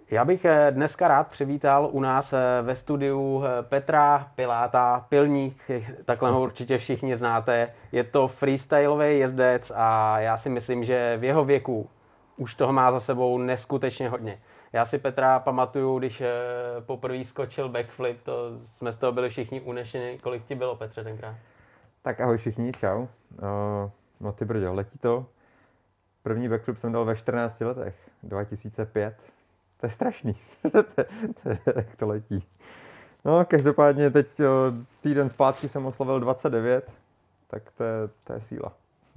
Já bych dneska rád přivítal u nás ve studiu Petra Piláta, Pilník, takhle ho určitě všichni znáte. Je to freestylový jezdec a já si myslím, že v jeho věku už toho má za sebou neskutečně hodně. Já si Petra pamatuju, když poprvé skočil backflip, to jsme z toho byli všichni unešeni. Kolik ti bylo, Petře, tenkrát? Tak ahoj všichni, čau. No ty brďo, letí to. První backflip jsem dal ve 14 letech, 2005. To je strašný, jak to letí. No, každopádně teď týden zpátky jsem oslavil 29, tak to je síla.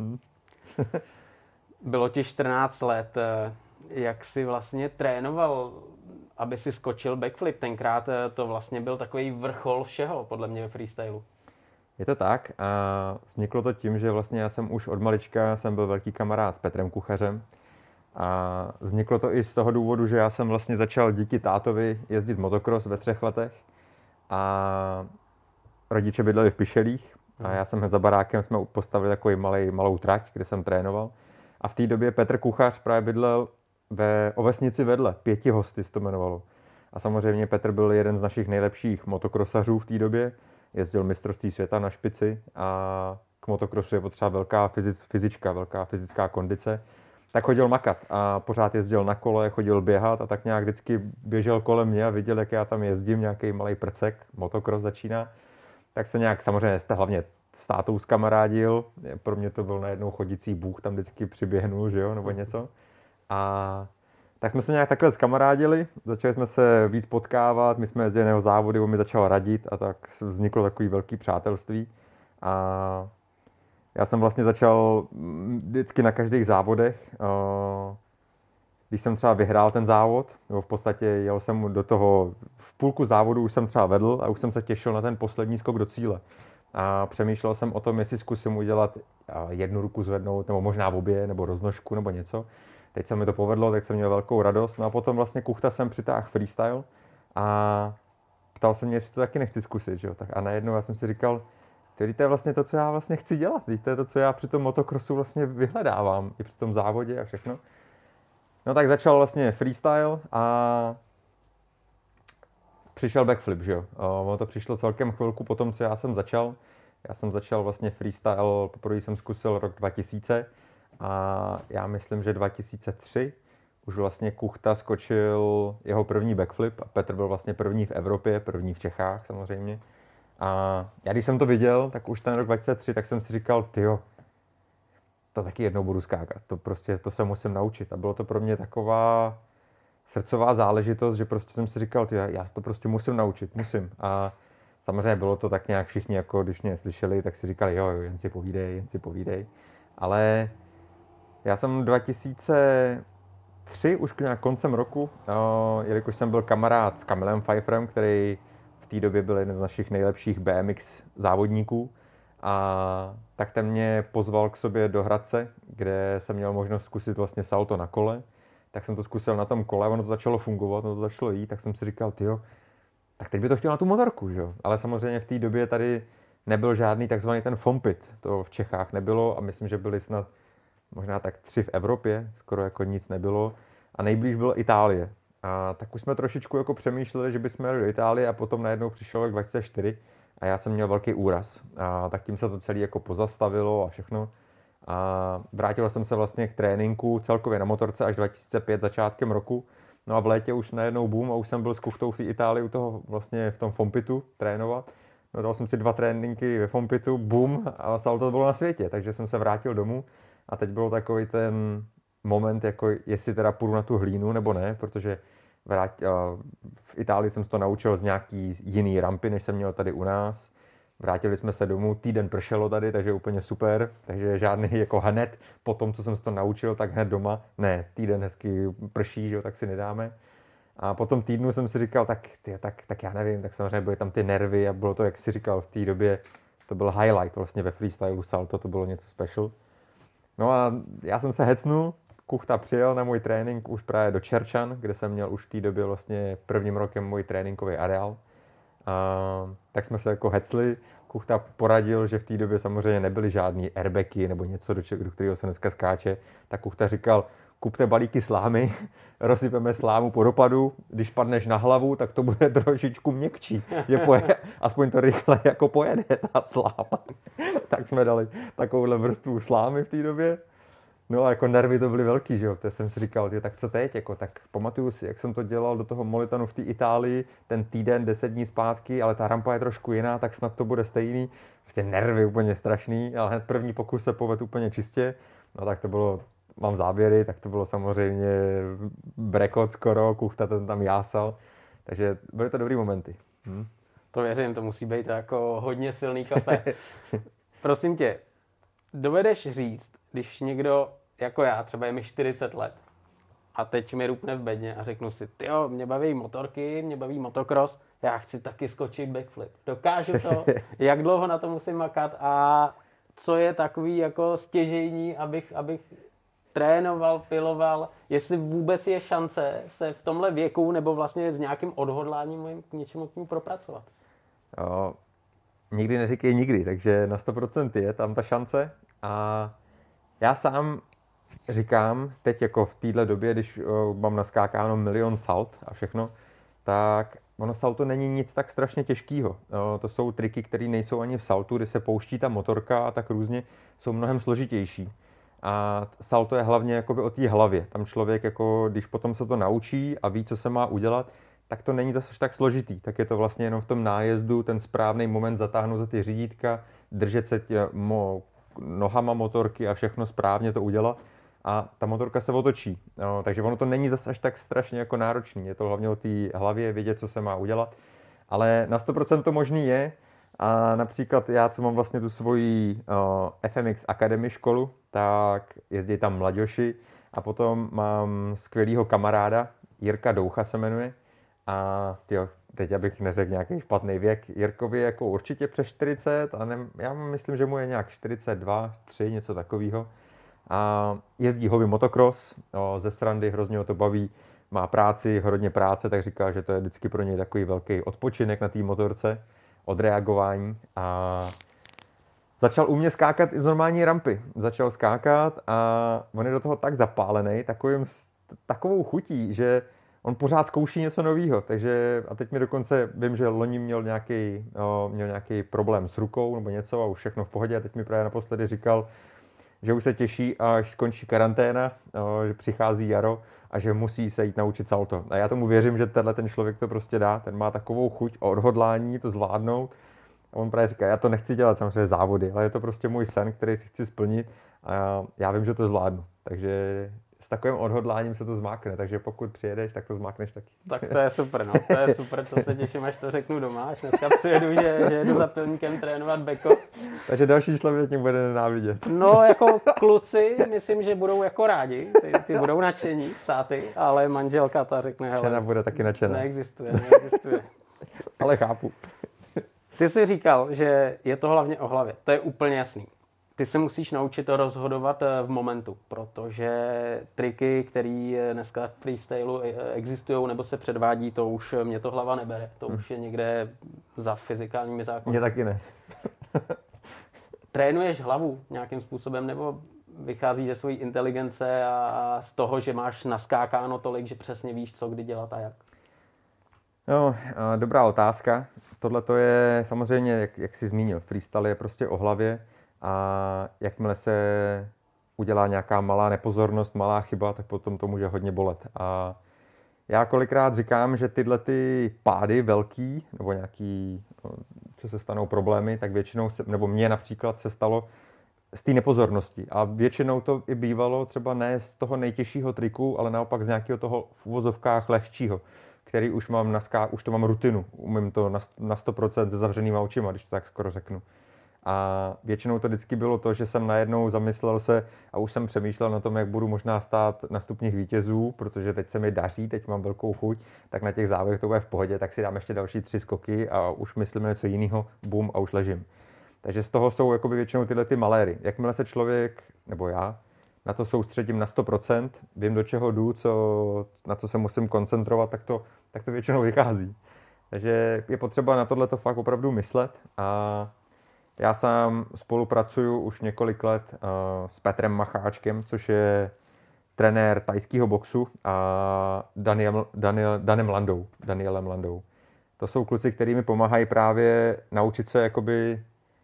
Bylo ti 14 let, jak jsi vlastně trénoval, aby si skočil backflip? Tenkrát to vlastně byl takový vrchol všeho, podle mě, v freestylu. Je to tak a vzniklo to tím, že vlastně já jsem už od malička jsem byl velký kamarád s Petrem Kuchařem a vzniklo to i z toho důvodu, že já jsem vlastně začal díky tátovi jezdit motocross ve 3 letech a rodiče bydleli v Pišelích a já jsem za barákem jsme postavili takový malou trať, kde jsem trénoval a v té době Petr Kuchař právě bydlel o vesnici vedle, 5 hosty se to jmenovalo. A samozřejmě Petr byl jeden z našich nejlepších motokrosařů v té době, jezdil mistrovství světa na špici a k motokrosu je potřeba velká fyzička, velká fyzická kondice. Tak chodil makat a pořád jezdil na kole, chodil běhat a tak nějak vždycky běžel kolem mě a viděl, jak já tam jezdím, nějaký malý prcek, motokros začíná. Tak se nějak samozřejmě hlavně s tátou zkamarádil, pro mě to byl najednou chodící bůh, tam vždycky přiběhnul, že jo, nebo něco. A tak jsme se nějak takhle zkamarádili, začali jsme se víc potkávat, my jsme jezdili na jeho závody, on mi začal radit a tak vzniklo takový velký přátelství. A já jsem vlastně začal vždycky na každých závodech, když jsem třeba vyhrál ten závod, nebo v podstatě jel jsem do toho, v půlku závodu už jsem třeba vedl a už jsem se těšil na ten poslední skok do cíle. A přemýšlel jsem o tom, jestli zkusím udělat jednu ruku zvednout, nebo možná obě, nebo roznožku, nebo něco. Teď se mi to povedlo, tak jsem měl velkou radost. No a potom vlastně kuchta jsem přitáhl freestyle a ptal se mě, jestli to taky nechci zkusit, že jo. Tak a najednou já jsem si říkal, to je vlastně to, co já vlastně chci dělat. To je to, co já při tom motokrosu vlastně vyhledávám, i při tom závodě a všechno. No tak začal vlastně freestyle a přišel backflip, že jo. Ono to přišlo celkem chvilku po tom, co já jsem začal. Já jsem začal vlastně freestyle, poprvé jsem zkusil rok 2000 a já myslím, že 2003 už vlastně Kuchta skočil jeho první backflip a Petr byl vlastně první v Evropě, první v Čechách samozřejmě. A já když jsem to viděl, tak už ten rok 2003, tak jsem si říkal, tyjo, to taky jednou budu skákat, to se musím naučit. A bylo to pro mě taková srdcová záležitost, že prostě jsem si říkal, tyjo, já to prostě musím naučit, musím. A samozřejmě bylo to tak nějak všichni, jako když mě slyšeli, tak si říkali, jo, jen si povídej. Ale já jsem 2003, už nějak koncem roku, jelikož jsem byl kamarád s Kamilem Pfeifferem, který v té době byl jeden z našich nejlepších BMX závodníků, a tak ten mě pozval k sobě do Hradce, kde jsem měl možnost zkusit vlastně salto na kole. Tak jsem to zkusil na tom kole, ono to začalo fungovat, ono to začalo jít, tak jsem si říkal, tyjo, tak teď by to chtěl na tu motorku, že jo. Ale samozřejmě v té době tady nebyl žádný takzvaný ten fompit, to v Čechách nebylo a myslím, že byli snad možná tak 3 v Evropě, skoro jako nic nebylo. A nejblíž byla Itálie. A tak už jsme trošičku jako přemýšleli, že bychom jeli do Itálie a potom najednou přišel rok 2004 a já jsem měl velký úraz. A tak tím se to celé jako pozastavilo a všechno. A vrátil jsem se vlastně k tréninku celkově na motorce až 2005 začátkem roku. No a v létě už najednou boom a už jsem byl s Kuchtou v té Itálii u toho vlastně v tom Fompitu trénovat. No, dal jsem si 2 tréninky ve Fompitu, boom, a salto bylo na světě, takže jsem se vrátil domů. A teď byl takový ten moment, jako jestli teda půjdu na tu hlínu nebo ne, protože v Itálii jsem se to naučil z nějaký jiný rampy, než jsem měl tady u nás. Vrátili jsme se domů, týden pršelo tady, takže úplně super, takže žádný jako hned po tom, co jsem se to naučil, tak hned doma, ne, týden hezky prší, že jo, tak si nedáme. A po tom týdnu jsem si říkal, tak já nevím, tak samozřejmě byly tam ty nervy a bylo to, jak si říkal, v té době, to byl highlight vlastně ve freestylu salto, to bylo něco special. No a já jsem se hecnul, Kuchta přijel na můj trénink už právě do Čerčan, kde jsem měl už v té době vlastně prvním rokem můj tréninkový areál. Tak jsme se jako hecli, Kuchta poradil, že v té době samozřejmě nebyly žádný airbagy nebo něco, do kterého se dneska skáče, tak Kuchta říkal, kupte balíky slámy, rozsypeme slámu po dopadu, když padneš na hlavu, tak to bude trošičku měkčí, že aspoň to rychle jako pojede ta sláma. Tak jsme dali takovouhle vrstvu slámy v té době. No a jako nervy to byly velký, že jo, to jsem si říkal, tak co teď, jako, tak pamatuju si, jak jsem to dělal do toho Molitanu v té Itálii, ten týden, 10 dní zpátky, ale ta rampa je trošku jiná, tak snad to bude stejný. Prostě nervy úplně strašný, ale hned první pokus se povedl úplně čistě, no tak to bylo, mám záběry, tak to bylo samozřejmě brekot skoro, kuchta ten tam jásal, takže byly to dobrý momenty. To věřím, to musí být jako hodně silný kafe. Prosím tě, dovedeš říct, když někdo jako já, třeba je mi 40 let a teď mi rupne v bedně a řeknu si, tyjo, mě baví motorky, mě baví motocross, já chci taky skočit backflip. Dokážu to? Jak dlouho na to musím makat a co je takový jako stěžejní, abych trénoval, piloval, jestli vůbec je šance se v tomhle věku nebo vlastně s nějakým odhodláním k něčemu k němu propracovat? Jo, nikdy neříkej nikdy, takže na 100% je tam ta šance a já sám říkám, teď jako v téhle době, když mám naskákáno milion salt a všechno, tak ono salto není nic tak strašně těžkého. To jsou triky, které nejsou ani v saltu, kdy se pouští ta motorka a tak různě, jsou mnohem složitější. A salto je hlavně jakoby o té hlavě. Tam člověk, jako, když potom se to naučí a ví, co se má udělat, tak to není zase tak složitý. Tak je to vlastně jenom v tom nájezdu, ten správný moment zatáhnout za ty řídítka, držet se nohama motorky a všechno správně to udělat. A ta motorka se otočí. No, takže ono to není zase až tak strašně jako náročný. Je to hlavně o té hlavě, vědět, co se má udělat. Ale na 100% to možný je. A například já, co mám vlastně tu svoji FMX Academy školu, tak jezdí tam mladěši. A potom mám skvělýho kamaráda, Jirka Doucha se jmenuje. A tyjo, teď abych neřekl nějaký špatný věk, Jirkovi je jako určitě přes 40 a já myslím, že mu je nějak 42, 3, něco takového. A jezdí hobby motocross, ze srandy, hrozně ho to baví, má práci, hodně práce, tak říká, že to je vždycky pro něj takový velký odpočinek na té motorce, odreagování a začal u mě skákat i z normální rampy. Začal skákat a on je do toho tak zapálený, takovou chutí, že on pořád zkouší něco nového, takže a teď mi dokonce, vím, že loni měl nějaký problém s rukou nebo něco a už všechno v pohodě a teď mi právě naposledy říkal, že už se těší, až skončí karanténa, že přichází jaro a že musí se jít naučit salto. A já tomu věřím, že ten člověk to prostě dá, ten má takovou chuť a odhodlání to zvládnout. A on právě říká, já to nechci dělat samozřejmě závody, ale je to prostě můj sen, který si chci splnit a já vím, že to zvládnu. Takže s takovým odhodláním se to zmákne, takže pokud přijedeš, tak to zmákneš taky. Tak to je super, no. To je super, to se těším, až to řeknu doma, až dneska přijedu, že jedu za Pilníkem trénovat beko. Takže další člověk mě bude nenávidět. No, jako kluci, myslím, že budou jako rádi, ty budou nadšení státy, ale manželka ta řekne, hele, žena bude taky nadšená. Neexistuje. Ale chápu. Ty jsi říkal, že je to hlavně o hlavě, to je úplně jasný. Ty se musíš naučit to rozhodovat v momentu, protože triky, které dneska v freestylu existují nebo se předvádí, to už mě to hlava nebere. To už je někde za fyzikálními zákony. Mě taky ne. Trénuješ hlavu nějakým způsobem nebo vychází ze své inteligence a z toho, že máš naskákáno tolik, že přesně víš, co kdy dělat a jak? No, dobrá otázka. Tohle to je samozřejmě, jak jsi zmínil, freestyle je prostě o hlavě. A jakmile se udělá nějaká malá nepozornost, malá chyba, tak potom to může hodně bolet. A já kolikrát říkám, že tyhle ty pády velký, nebo nějaký, co se stanou problémy, tak většinou, nebo mně například se stalo z té nepozornosti. A většinou to i bývalo třeba ne z toho nejtěžšího triku, ale naopak z nějakého toho v uvozovkách lehčího, který už mám už to mám rutinu. Umím to na 100% se zavřenýma očima, když to tak skoro řeknu. A většinou to vždycky bylo to, že jsem najednou zamyslel se a už jsem přemýšlel na tom, jak budu možná stát na stupních vítězů, protože teď se mi daří, teď mám velkou chuť, tak na těch závodech to bude v pohodě, tak si dám ještě další 3 skoky a už myslím něco jiného, bum a už ležím. Takže z toho jsou jakoby většinou tyhle ty maléry. Jakmile se člověk, nebo já, na to soustředím na 100%, vím, do čeho jdu, na co se musím koncentrovat, tak to většinou vychází. Takže je potřeba na tohleto fakt opravdu myslet a já sám spolupracuju už několik let s Petrem Macháčkem, což je trenér thajského boxu a Danielem Landou. To jsou kluci, kteří mi pomáhají právě naučit se jakoby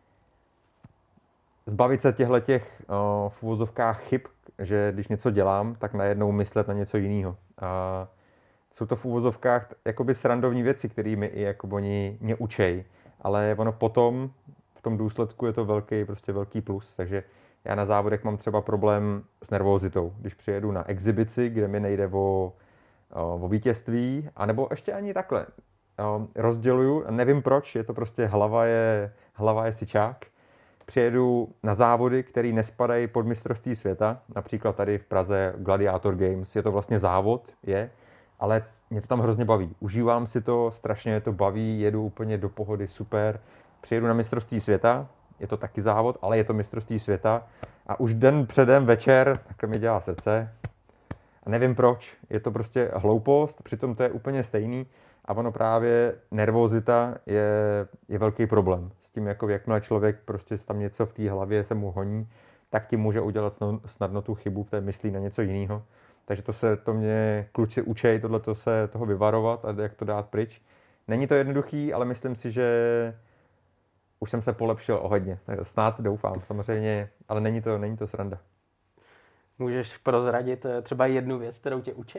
zbavit se těch v uvozovkách chyb, že když něco dělám, tak najednou myslet na něco jiného. A jsou to v uvozovkách jakoby srandovní věci, kterými i jako oni mě učej, ale ono potom v tom důsledku je to velký plus, takže já na závodech mám třeba problém s nervózitou, když přijedu na exibici, kde mi nejde o vítězství, anebo ještě ani takhle. Rozděluju, nevím proč, je to prostě hlava je syčák. Přijedu na závody, které nespadají pod mistrovství světa, například tady v Praze Gladiator Games, je to vlastně závod, ale mě to tam hrozně baví. Užívám si to, strašně mě to baví, jedu úplně do pohody, super. Přijedu na mistrovství světa, je to taky závod, ale je to mistrovství světa a už den předem večer, takhle mi dělá srdce. A nevím proč, je to prostě hloupost, přitom to je úplně stejný a ono právě nervózita je velký problém. S tím, jako jakmile člověk prostě tam něco v té hlavě se mu honí, tak ti může udělat snadno tu chybu, protože myslí na něco jiného. Takže to mě kluci učej toho vyvarovat a jak to dát pryč. Není to jednoduchý, ale myslím si, že už jsem se polepšil o hodně. Snad doufám, samozřejmě, ale není to sranda. Můžeš prozradit třeba jednu věc, kterou tě učej?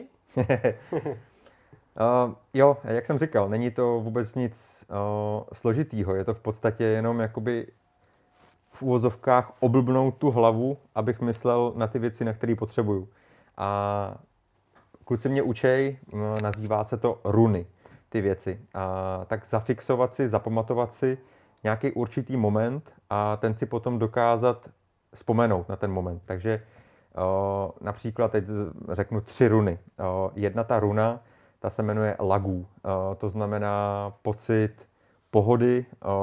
Jo, jak jsem říkal, není to vůbec nic složitýho. Je to v podstatě jenom jakoby v úvozovkách oblbnout tu hlavu, abych myslel na ty věci, na které potřebuju. A kluci mě učej, nazývá se to runy, ty věci. A tak zafixovat si, zapamatovat si nějaký určitý moment a ten si potom dokázat vzpomenout na ten moment. Takže například teď řeknu 3 runy. Jedna ta runa, ta se jmenuje lagu. To znamená pocit pohody,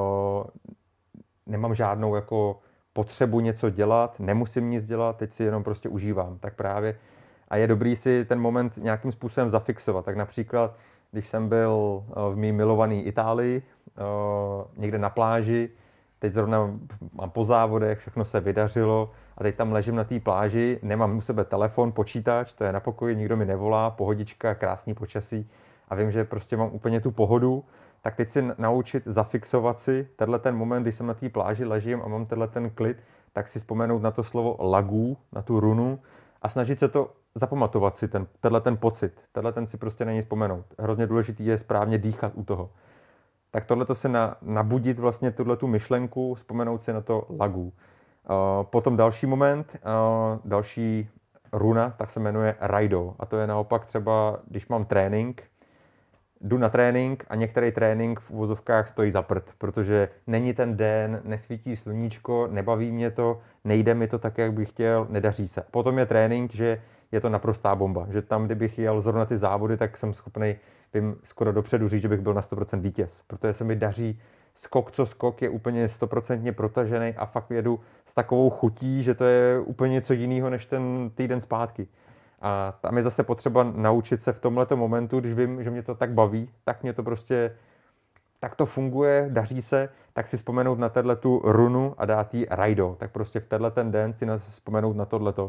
nemám žádnou jako potřebu něco dělat, nemusím nic dělat, teď si jenom prostě užívám. Tak právě a je dobrý si ten moment nějakým způsobem zafixovat. Tak například, když jsem byl v mý milované Itálii, někde na pláži, teď zrovna mám po závodech, všechno se vydařilo a teď tam ležím na té pláži, nemám u sebe telefon, počítač, to je na pokoji, nikdo mi nevolá, pohodička, krásný počasí a vím, že prostě mám úplně tu pohodu, tak teď si naučit zafixovat si tenhle ten moment, když jsem na té pláži ležím a mám tenhle ten klid, tak si vzpomenout na to slovo lagu, na tu runu a snažit se to zapamatovat si tenhle ten pocit, tenhle ten si prostě na něj vzpomenout. Hrozně důležitý je správně dýchat u toho. Tak tohleto se nabudit vlastně tu myšlenku, vzpomenout si na to lagu. Potom další moment, další runa, tak se jmenuje raido. A to je naopak třeba, když mám trénink, jdu na trénink a některý trénink v uvozovkách stojí za prd, protože není ten den, nesvítí sluníčko, nebaví mě to, nejde mi to tak, jak bych chtěl, nedaří se. Potom je trénink, že je to naprostá bomba, že tam, kdybych jel zrovna ty závody, tak jsem schopný, vím skoro dopředu říct, že bych byl na 100% vítěz, protože se mi daří skok co skok, je úplně 100% protažený a fakt jedu s takovou chutí, že to je úplně něco jiného než ten týden zpátky. A tam je zase potřeba naučit se v tomhleto momentu, když vím, že mě to tak baví, tak mě to prostě, tak to funguje, daří se, tak si vzpomenout na tu runu a dát jí raido. Tak prostě v tenhle ten den si vzpomenout na tohleto.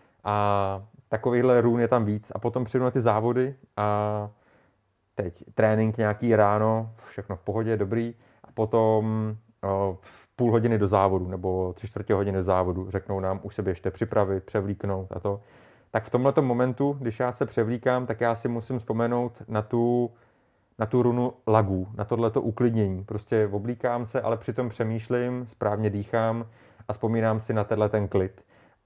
A takovýhle run je tam víc. A potom přijdu na ty závody a teď trénink nějaký ráno, všechno v pohodě, dobrý. A potom půl hodiny do závodu nebo 3/4 hodiny do závodu řeknou nám, už se běžte připravit, převlíknout a to. Tak v tomhleto momentu, když já se převlíkám, tak já si musím vzpomenout na tu runu lagu, na tohleto uklidnění. Prostě oblíkám se, ale přitom přemýšlím, správně dýchám a vzpomínám si na ten klid.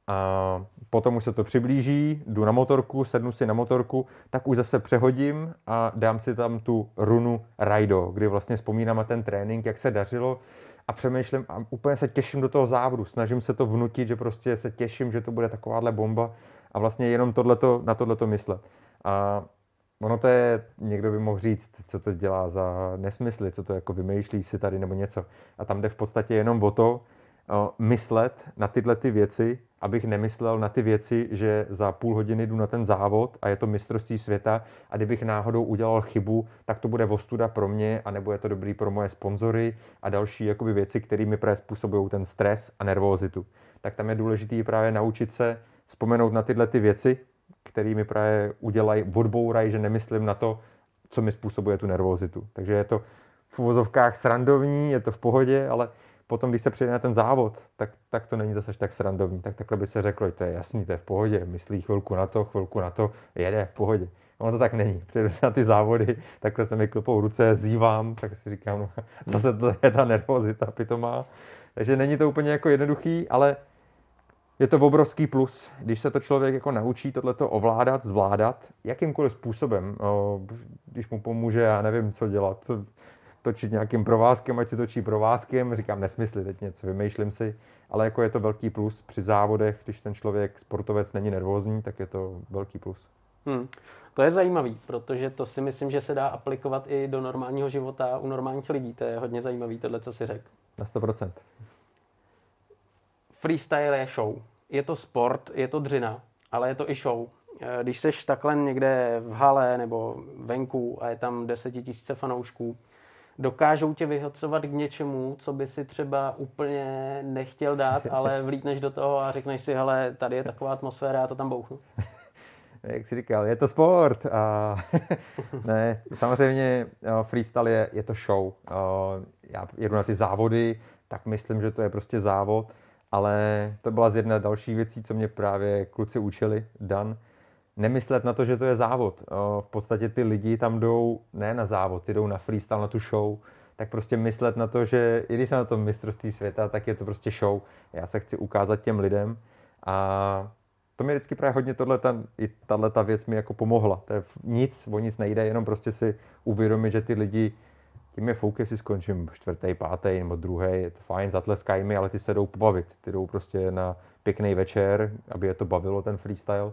A potom už se to přiblíží, jdu na motorku, sednu si na motorku, tak už zase přehodím a dám si tam tu runu raido, kdy vlastně vzpomínám na ten trénink, jak se dařilo a přemýšlím a úplně se těším do toho závodu. Snažím se to vnutit, že prostě se těším, že to bude takováhle bomba a vlastně jenom na tohleto myslet. A ono to je, někdo by mohl říct, co to dělá za nesmysly, co to jako vymýšlí si tady nebo něco. A tam jde v podstatě jenom o to, myslet na tyhle ty věci, abych nemyslel na ty věci, že za půl hodiny jdu na ten závod a je to mistrovství světa a kdybych náhodou udělal chybu, tak to bude ostuda pro mě, anebo je to dobrý pro moje sponzory a další jakoby věci, které mi právě způsobují ten stres a nervózitu. Tak tam je důležité právě naučit se vzpomenout na tyhle ty věci, který mi právě odbourají, že nemyslím na to, co mi způsobuje tu nervozitu. Takže je to v uvozovkách srandovní, je to v pohodě, ale potom, když se přijde na ten závod, tak to není zase tak srandovní. Tak takhle by se řeklo, to je jasný, to je v pohodě, myslí chvilku na to, jede v pohodě. Ono to tak není. Přijedu se na ty závody, takhle se mi klopou ruce, zívám, tak si říkám, no, zase to je ta nervozita pitomá. Takže není to úplně jako jednoduchý, ale je to obrovský plus, když se to člověk jako naučí tohleto ovládat, zvládat, jakýmkoliv způsobem. Když mu pomůže, já nevím, co dělat, točit nějakým provázkem, ať si točí provázkem, říkám nesmysly, teď něco vymýšlím si, ale jako je to velký plus při závodech, když ten člověk, sportovec, není nervózní, tak je to velký plus. To je zajímavý, protože to si myslím, že se dá aplikovat i do normálního života u normálních lidí. To je hodně zajímavý, tohle, co si řekl. Na 100%. Freestyle je show. Je to sport, je to dřina, ale je to i show. Když seš takhle někde v hale nebo venku a je tam 10 000 fanoušků, dokážou tě vyhocovat k něčemu, co by si třeba úplně nechtěl dát, ale vlítneš do toho a řekneš si, hele, tady je taková atmosféra, já to tam bouchnu. Jak jsi říkal, je to sport. Ne, samozřejmě freestyle je to show. Já jedu na ty závody, tak myslím, že to je prostě závod, ale to byla z jedna další věcí, co mě právě kluci učili, Dan. Nemyslet na to, že to je závod. V podstatě ty lidi tam jdou ne na závod, ty jdou na freestyle, na tu show, tak prostě myslet na to, že i když jsem na tom mistrovství světa, tak je to prostě show. Já se chci ukázat těm lidem a to mi vždycky právě hodně tato věc mi jako pomohla. To je o nic nejde, jenom prostě si uvědomit, že ty lidi, tím je fouk, jestli skončím 4., 5. nebo 2., je to fajn, zatleskají mi, ale ty se jdou pobavit. Ty jdou prostě na pěkný večer, aby je to bavilo, ten freestyle.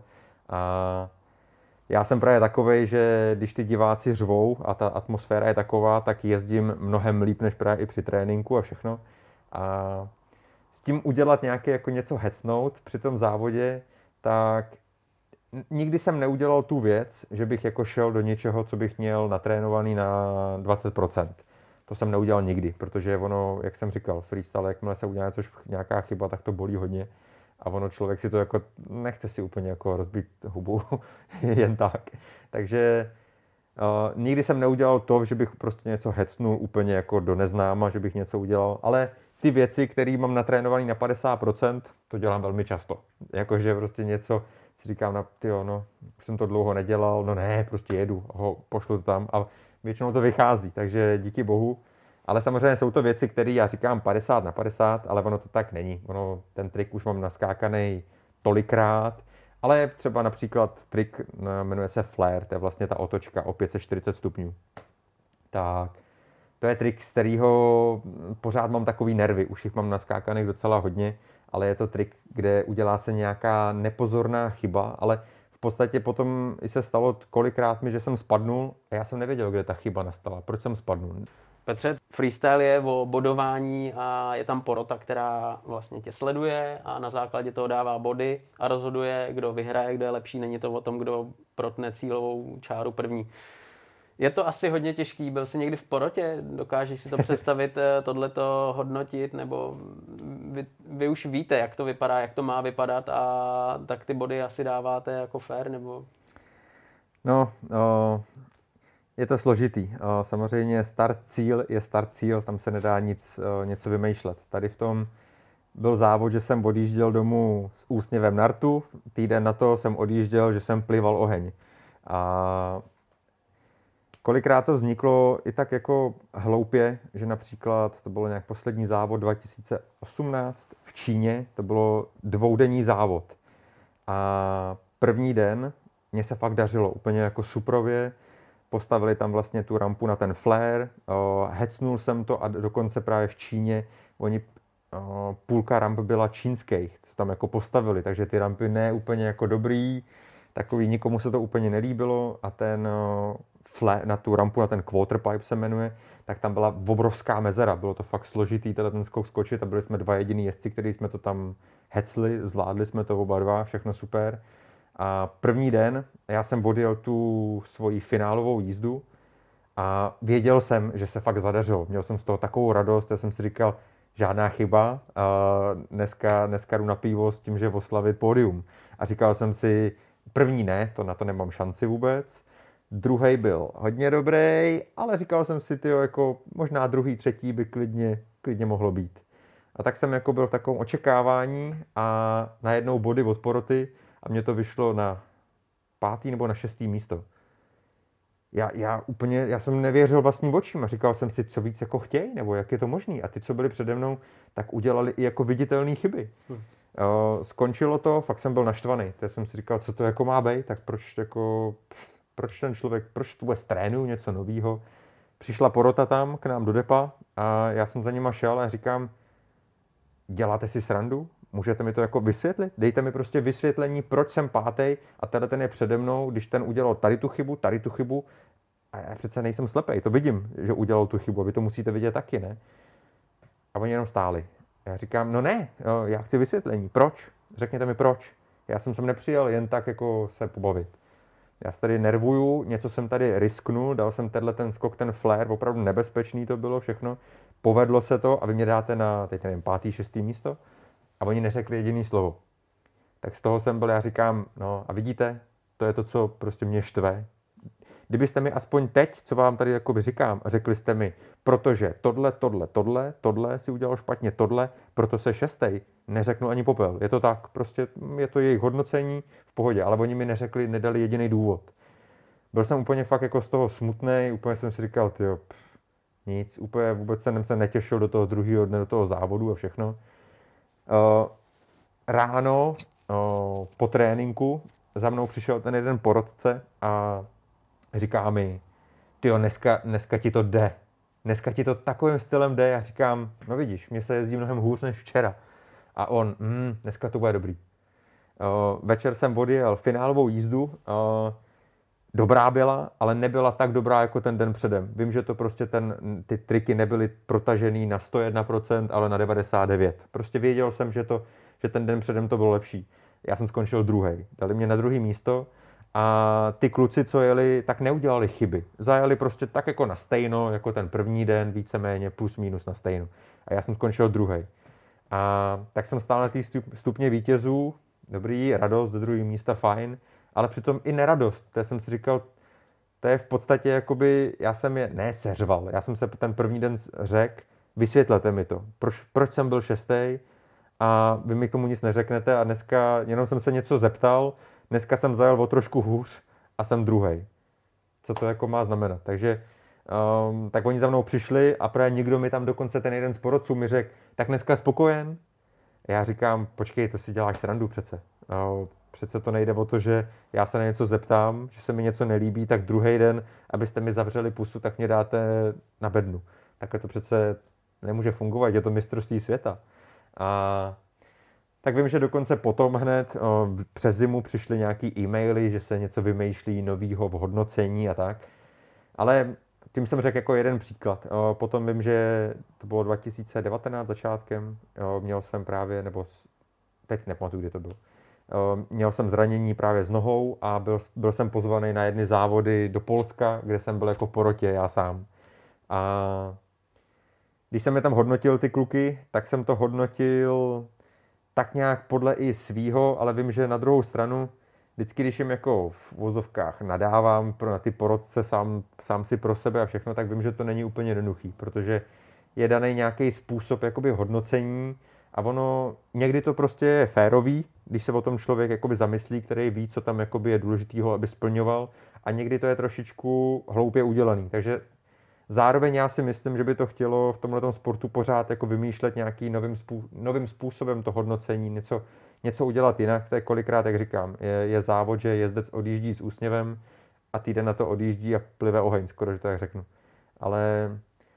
A já jsem právě takovej, že když ty diváci řvou a ta atmosféra je taková, tak jezdím mnohem líp, než právě i při tréninku a všechno. A s tím udělat nějaké jako něco hecnout při tom závodě, tak nikdy jsem neudělal tu věc, že bych jako šel do něčeho, co bych měl natrénovaný na 20%. To jsem neudělal nikdy, protože ono, jak jsem říkal, freestyle, jakmile se udělá nějaká chyba, tak to bolí hodně. A ono člověk si to jako, nechce si úplně jako rozbít hubu jen tak. Takže nikdy jsem neudělal to, že bych prostě něco hecnul úplně jako do neznáma, že bych něco udělal, ale ty věci, které mám natrénovaný na 50%, to dělám velmi často. Jakože prostě něco si říkám, už jsem to dlouho nedělal, prostě jedu, pošlu to tam a většinou to vychází, takže díky bohu. Ale samozřejmě jsou to věci, které já říkám 50/50, ale ono to tak není. Ten trik už mám naskákaný tolikrát, ale třeba například trik jmenuje se flare, to je vlastně ta otočka o 540 stupňů. Tak to je trik, z kterého pořád mám takový nervy, už jich mám naskákaných docela hodně, ale je to trik, kde udělá se nějaká nepozorná chyba, ale v podstatě potom i se stalo kolikrát mi, že jsem spadnul a já jsem nevěděl, kde ta chyba nastala, proč jsem spadnul. Petře, freestyle je o bodování a je tam porota, která vlastně tě sleduje a na základě toho dává body a rozhoduje, kdo vyhraje, kdo je lepší. Není to o tom, kdo protne cílovou čáru první. Je to asi hodně těžký. Byl jsi někdy v porotě? Dokážeš si to představit, tohleto hodnotit? Nebo vy už víte, jak to vypadá, jak to má vypadat a tak ty body asi dáváte jako fair? Nebo... Je to složitý. Samozřejmě start cíl, tam se nedá něco vymýšlet. Tady v tom byl závod, že jsem odjížděl domů s úsměvem na rtu, týden na to jsem odjížděl, že jsem plival oheň. A kolikrát to vzniklo i tak jako hloupě, že například to bylo nějak poslední závod 2018 v Číně, to bylo 2denní závod. A první den mě se fakt dařilo úplně jako suprově. Postavili tam vlastně tu rampu na ten flare, hecnul jsem to a dokonce právě v Číně půlka ramp byla čínských, co tam jako postavili, takže ty rampy ne úplně jako dobrý, takový, nikomu se to úplně nelíbilo a ten flare, na tu rampu, na ten quarterpipe se jmenuje, tak tam byla obrovská mezera, bylo to fakt složitý ten skok skočit a byli jsme 2 jediný jezdci, kteří jsme to tam hecli, zvládli jsme to oba dva, všechno super. A první den já jsem odjel tu svoji finálovou jízdu a věděl jsem, že se fakt zadařilo. Měl jsem z toho takovou radost, já jsem si říkal, žádná chyba, dneska jdu na pivo s tím, že oslavit pódium. A říkal jsem si, První ne, to na to nemám šanci vůbec. Druhý byl hodně dobrý, ale říkal jsem si, tyjo, jako možná druhý, třetí by klidně mohlo být. A tak jsem jako byl v takovém očekávání a najednou body od poroty a mě to vyšlo na 5. nebo na 6. místo. Já jsem nevěřil vlastním očím a říkal jsem si, co víc jako chtějí, nebo jak je to možný. A ty, co byli přede mnou, tak udělali i jako viditelné chyby. Skončilo to, fakt jsem byl naštvaný. Tak jsem si říkal, co to jako má být, tak proč ten člověk, proč tu vůbec trénuju něco novýho. Přišla porota tam k nám do depa a já jsem za nima šel a říkám, děláte si srandu? Můžete mi to jako vysvětlit? Dejte mi prostě vysvětlení, proč jsem 5. a ten je přede mnou, když ten udělal tady tu chybu a já přece nejsem slepej, to vidím, že udělal tu chybu a vy to musíte vidět taky, ne? A oni jenom stáli. Já říkám, no ne, já chci vysvětlení. Proč? Řekněte mi proč. Já jsem sem nepřijel jen tak jako se pobavit. Já se tady nervuju, něco jsem tady risknul, dal jsem ten skok, ten flare, opravdu nebezpečný to bylo všechno. Povedlo se to a vy mě dáte na, teď nevím, 5., 6. místo a oni neřekli jediný slovo. Tak z toho jsem byl, já říkám, no a vidíte, to je to, co prostě mě štve. Kdybyste mi aspoň teď, co vám tady jakoby říkám, řekli jste mi, protože tohle si udělal špatně, proto se 6. neřeknu ani popel. Je to tak, prostě je to jejich hodnocení v pohodě, ale oni mi neřekli, nedali jediný důvod. Byl jsem úplně fakt jako z toho smutnej, úplně jsem si říkal, tyjo, nic, úplně vůbec jsem se netěšil do toho druhého dne, do toho závodu a všechno. Ráno po tréninku za mnou přišel ten jeden porotce a říká mi, tyjo, dneska ti to jde. Dneska ti to takovým stylem jde. Já říkám, no vidíš, mně se jezdí mnohem hůř než včera. A on, dneska to bude dobrý. Večer jsem odjel finálovou jízdu. Dobrá byla, ale nebyla tak dobrá jako ten den předem. Vím, že to prostě ty triky nebyly protažený na 101%, ale na 99%. Prostě věděl jsem, že ten den předem to bylo lepší. Já jsem skončil druhý. Dali mě na druhé místo a ty kluci, co jeli, tak neudělali chyby. Zajeli prostě tak jako na stejno, jako ten první den, víceméně plus minus na stejno. A já jsem skončil druhý. A tak jsem stál na té stupně vítězů, dobrý, radost, do druhého místa, fajn, ale přitom i neradost. To jsem si říkal, to je v podstatě jakoby, já jsem je seřval. Já jsem se ten první den řekl, vysvětlete mi to. Proč jsem byl 6. a vy mi k tomu nic neřeknete a dneska jenom jsem se něco zeptal, dneska jsem zajel o trošku hůř a jsem druhý. Co to jako má znamenat? Takže tak oni za mnou přišli a právě někdo mi tam dokonce ten jeden z porodců mi řekl, tak dneska spokojen? Já říkám, počkej, to si děláš srandu přece. Přece to nejde o to, že já se na něco zeptám, že se mi něco nelíbí, tak druhý den, abyste mi zavřeli pusu, tak mě dáte na bednu. Takhle to přece nemůže fungovat, je to mistrovství světa. A tak vím, že dokonce potom hned přes zimu přišly nějaký e-maily, že se něco vymýšlí novýho v hodnocení a tak. Ale tím jsem řekl jako jeden příklad. Potom vím, že to bylo 2019 začátkem, měl jsem právě, nebo teď si nepamatuju, kdy to bylo. Měl jsem zranění právě s nohou a byl jsem pozvaný na jedny závody do Polska, kde jsem byl jako v porotě, já sám. A když jsem je tam hodnotil ty kluky, tak jsem to hodnotil tak nějak podle i svýho, ale vím, že na druhou stranu, vždycky, když jim jako v vozovkách nadávám na ty porotce sám si pro sebe a všechno, tak vím, že to není úplně jednoduchý, protože je daný nějaký způsob jakoby hodnocení a ono někdy to prostě je férový, když se o tom člověk jakoby zamyslí, který ví, co tam jakoby je důležitýho, aby splňoval, a někdy to je trošičku hloupě udělaný. Takže zároveň já si myslím, že by to chtělo v tomhletom sportu pořád jako vymýšlet nějaký novým způsobem to hodnocení, něco udělat jinak. To je kolikrát, jak říkám, je závod, že jezdec odjíždí s úsměvem a týden na to odjíždí a plive oheň, skoro, že to tak řeknu. Ale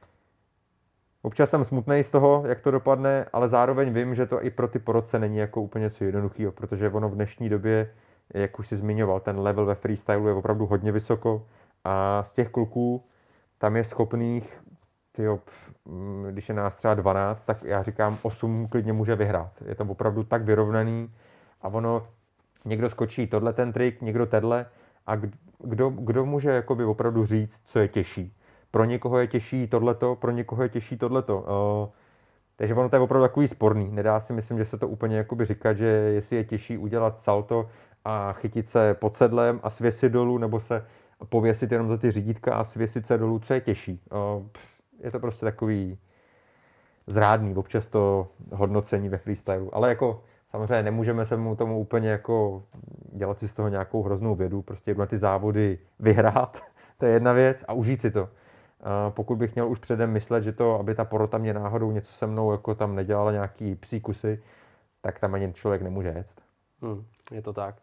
občas jsem smutnej z toho, jak to dopadne, ale zároveň vím, že to i pro ty porotce není jako úplně něco jednoduchého, protože ono v dnešní době, jak už si zmiňoval, ten level ve freestylu je opravdu hodně vysoko a z těch kluků tam je schopných, když je nás třeba 12, tak já říkám 8 klidně může vyhrát. Je to opravdu tak vyrovnaný a ono, někdo skočí tohle ten trik, někdo tenhle a kdo může jakoby opravdu říct, co je těžší. Pro někoho je těžší tohleto, pro někoho je těžší tohleto. Takže ono to je opravdu takový sporný. Nedá si, myslím, že se to úplně jakoby říkat, že jestli je těžší udělat salto a chytit se pod sedlem a svěsit dolů, nebo se pověsit jenom za ty řídítka a svěsit se dolů, co je těžší. Je to prostě takový zrádný, občas to hodnocení ve freestylu, ale jako samozřejmě nemůžeme se mu tomu úplně jako dělat si z toho nějakou hroznou vědu, prostě jdu na ty závody vyhrát, to je jedna věc a užít si to. Pokud bych měl už předem myslet, že to, aby ta porota mě náhodou něco se mnou jako tam nedělala nějaký psí kusy, tak tam ani člověk nemůže jet. Je to tak.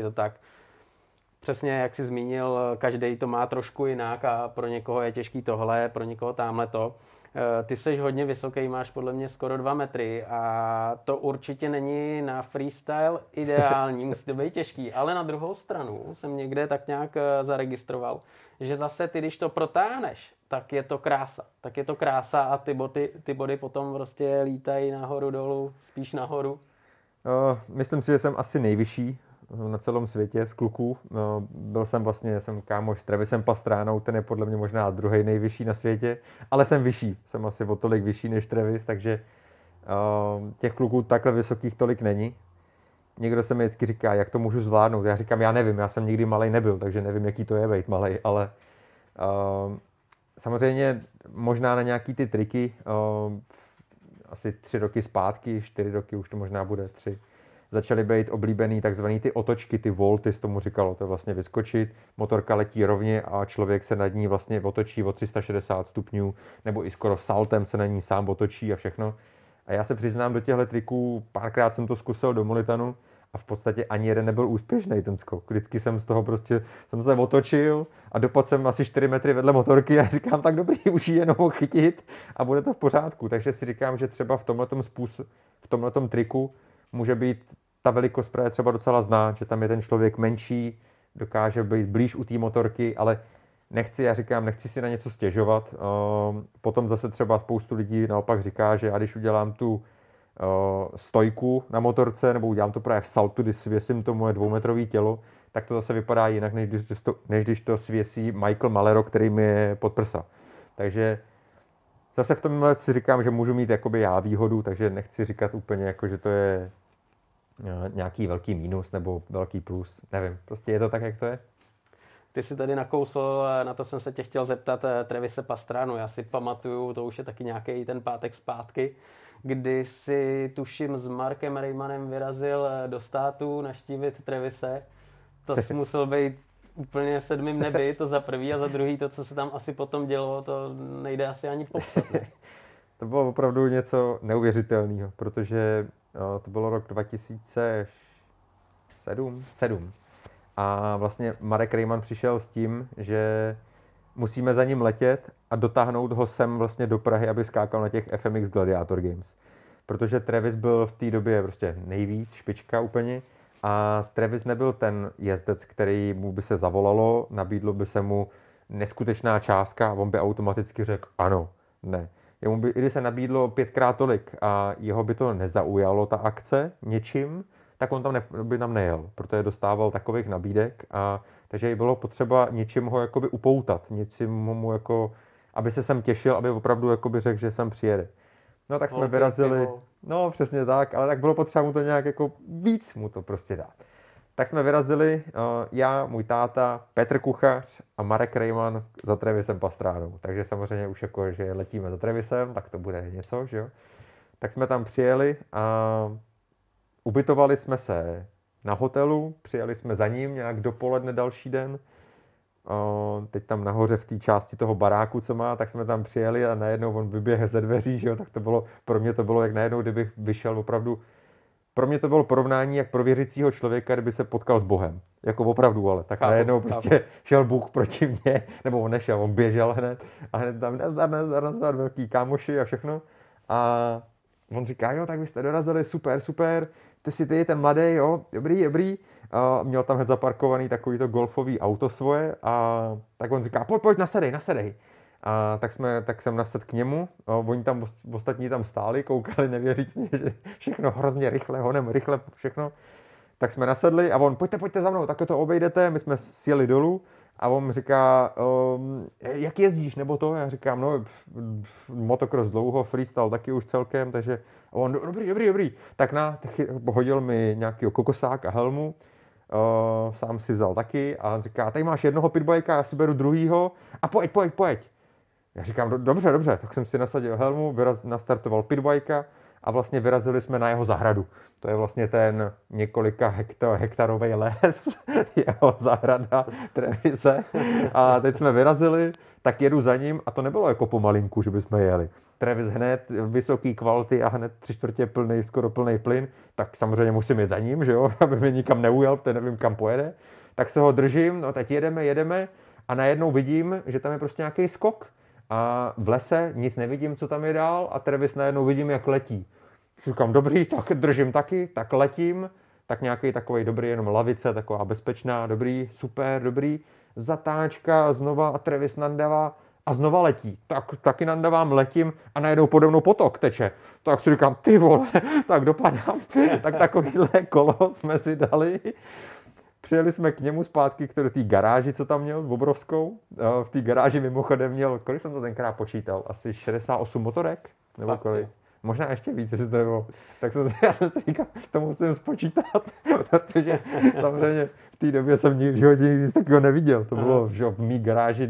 Přesně jak jsi zmínil, každý to má trošku jinak a pro někoho je těžký tohle, pro někoho tamhle to. Ty jsi hodně vysoký, máš podle mě skoro 2 metry a to určitě není na freestyle ideální, musí to být těžký. Ale na druhou stranu jsem někde tak nějak zaregistroval, že zase ty, když to protáhneš, tak je to krása a ty body potom prostě lítají nahoru dolů, spíš nahoru. Myslím si, že jsem asi nejvyšší na celém světě z kluků. Jsem kámoš s Travisem Pastránou, ten je podle mě možná druhý nejvyšší na světě, ale jsem vyšší, jsem asi o tolik vyšší než Travis, takže těch kluků takhle vysokých tolik není. Někdo se mi vždycky říká, jak to můžu zvládnout. Já říkám, já nevím, já jsem nikdy malej nebyl, takže nevím, jaký to je být malej, ale samozřejmě možná na nějaký ty triky, asi 3 roky zpátky, 4 roky, už to možná bude 3, začaly být oblíbený takzvaný ty otočky, ty volty, z tomu říkalo, to je vlastně vyskočit, motorka letí rovně a člověk se nad ní vlastně otočí o 360 stupňů, nebo i skoro saltem se na ní sám otočí a všechno. A já se přiznám, do těchto triků, párkrát jsem to zkusil do Molitanu a v podstatě ani jeden nebyl úspěšný ten skok. Vždycky jsem z toho prostě, jsem se otočil a dopadl jsem asi 4 metry vedle motorky a říkám, tak dobrý, už ji jenom chytit a bude to v pořádku. Takže si říkám, že třeba v tomhletom triku může být ta velikost právě třeba docela znát, že tam je ten člověk menší, dokáže být blíž u té motorky, ale nechci si na něco stěžovat. Potom zase třeba spoustu lidí naopak říká, že já když udělám tu stojku na motorce, nebo udělám to právě v saltu, kdy svěsím to moje 2metrový tělo, tak to zase vypadá jinak, než když to svěsí Michael Malero, který mi je pod prsa. Takže zase v tomhle si říkám, že můžu mít jakoby já výhodu, takže nechci říkat úplně jako, že to je nějaký velký mínus nebo velký plus. Nevím, prostě je to tak, jak to je. Ty si tady nakousl, na to jsem se tě chtěl zeptat, Travise Pastránu. Já si pamatuju, to už je taky nějaký ten pátek zpátky, kdy si tuším s Markem Raymanem vyrazil do států naštívit Travise. To jsi musel být úplně v 7. nebi, to za prvý, a za druhý to, co se tam asi potom dělo, to nejde asi ani popsat. Ne? To bylo opravdu něco neuvěřitelného, protože to bylo rok 2007. A vlastně Marek Rayman přišel s tím, že musíme za ním letět a dotáhnout ho sem vlastně do Prahy, aby skákal na těch FMX Gladiator Games. Protože Travis byl v té době prostě nejvíc, špička úplně. A Travis nebyl ten jezdec, který mu by se zavolalo, nabídlo by se mu neskutečná částka a on by automaticky řekl ano, ne. Jemu by, i když se nabídlo 5krát tolik a jeho by to nezaujalo, ta akce, něčím, tak on tam by tam nejel, protože dostával takových nabídek, a takže bylo potřeba něčím ho jakoby upoutat, něčím mu jako, aby se sem těšil, aby opravdu jakoby řekl, že sem přijede. No tak jsme vyrazili, no přesně tak, ale tak bylo potřeba mu to nějak jako víc mu to prostě dát. Tak jsme vyrazili, já, můj táta, Petr Kuchař a Marek Rayman za Travisem Pastránou. Takže samozřejmě už jako, že letíme za Travisem, tak to bude něco, že jo. Tak jsme tam přijeli a ubytovali jsme se na hotelu, přijeli jsme za ním nějak dopoledne další den. Teď tam nahoře v té části toho baráku, co má, tak jsme tam přijeli a najednou on vyběhl ze dveří, že jo, tak to bylo, pro mě to bylo jak najednou, kdybych vyšel opravdu, pro mě to bylo porovnání jak pro věřícího člověka, kdyby se potkal s Bohem. Jako opravdu, ale tak najednou prostě šel Bůh proti mně, nebo on nešel, on běžel hned a hned tam nazdar, velký kámoši a všechno. A on říká, jo, tak vy jste dorazili, super, ty ten mladý, jo, dobrý. A měl tam hned zaparkovaný takovýto golfový auto svoje a tak on říká, pojď, nasedej. A tak jsem nasedl k němu, oni tam, ostatní tam stáli, koukali nevěřícně, že všechno hrozně rychle, všechno. Tak jsme nasedli a on, pojďte za mnou, tak to obejdete, my jsme sjeli dolů a on říká, jak jezdíš, nebo to? Já říkám, no, motocross dlouho, freestyle taky už celkem, takže on, dobrý. Tak hodil mi nějakýho kokosáka, helmu sám si vzal taky a říká, tady máš jednoho pitbajka, já si beru druhýho a pojď. Já říkám, dobře, tak jsem si nasadil helmu, nastartoval pitbajka a vlastně vyrazili jsme na jeho zahradu. To je vlastně ten několika hektarový les, jeho zahrada Trevise. A teď jsme vyrazili, tak jedu za ním a to nebylo jako pomalinku, že bychom jeli. Travis hned vysoký kvality a hned 3/4 plný, skoro plný plyn, tak samozřejmě musím jít za ním, že jo, aby mě nikam neujel, protože nevím, kam pojede. Tak se ho držím, no teď jedeme a najednou vidím, že tam je prostě nějaký skok. A v lese nic nevidím, co tam je dál a Travis najednou vidím, jak letí. Říkám, dobrý, tak držím taky, tak letím, tak nějaký takový dobrý, jenom lavice, taková bezpečná, dobrý, super, dobrý. Zatáčka znova a Travis nandává a znova letí. Tak taky nandávám, letím a najednou pode mnou potok teče. Tak si říkám, ty vole, tak dopadám. Tak takovýhle kolo jsme si dali. Přijeli jsme k němu zpátky, k té garáži, co tam měl, obrovskou. V té garáži mimochodem měl, kolik jsem to tenkrát počítal, asi 68 motorek? Nebo kolik? Možná ještě víc, jestli to nebylo. Tak já jsem si říkal, to musím spočítat, protože samozřejmě v té době jsem v životě nic takového neviděl. To bylo v mý garáži,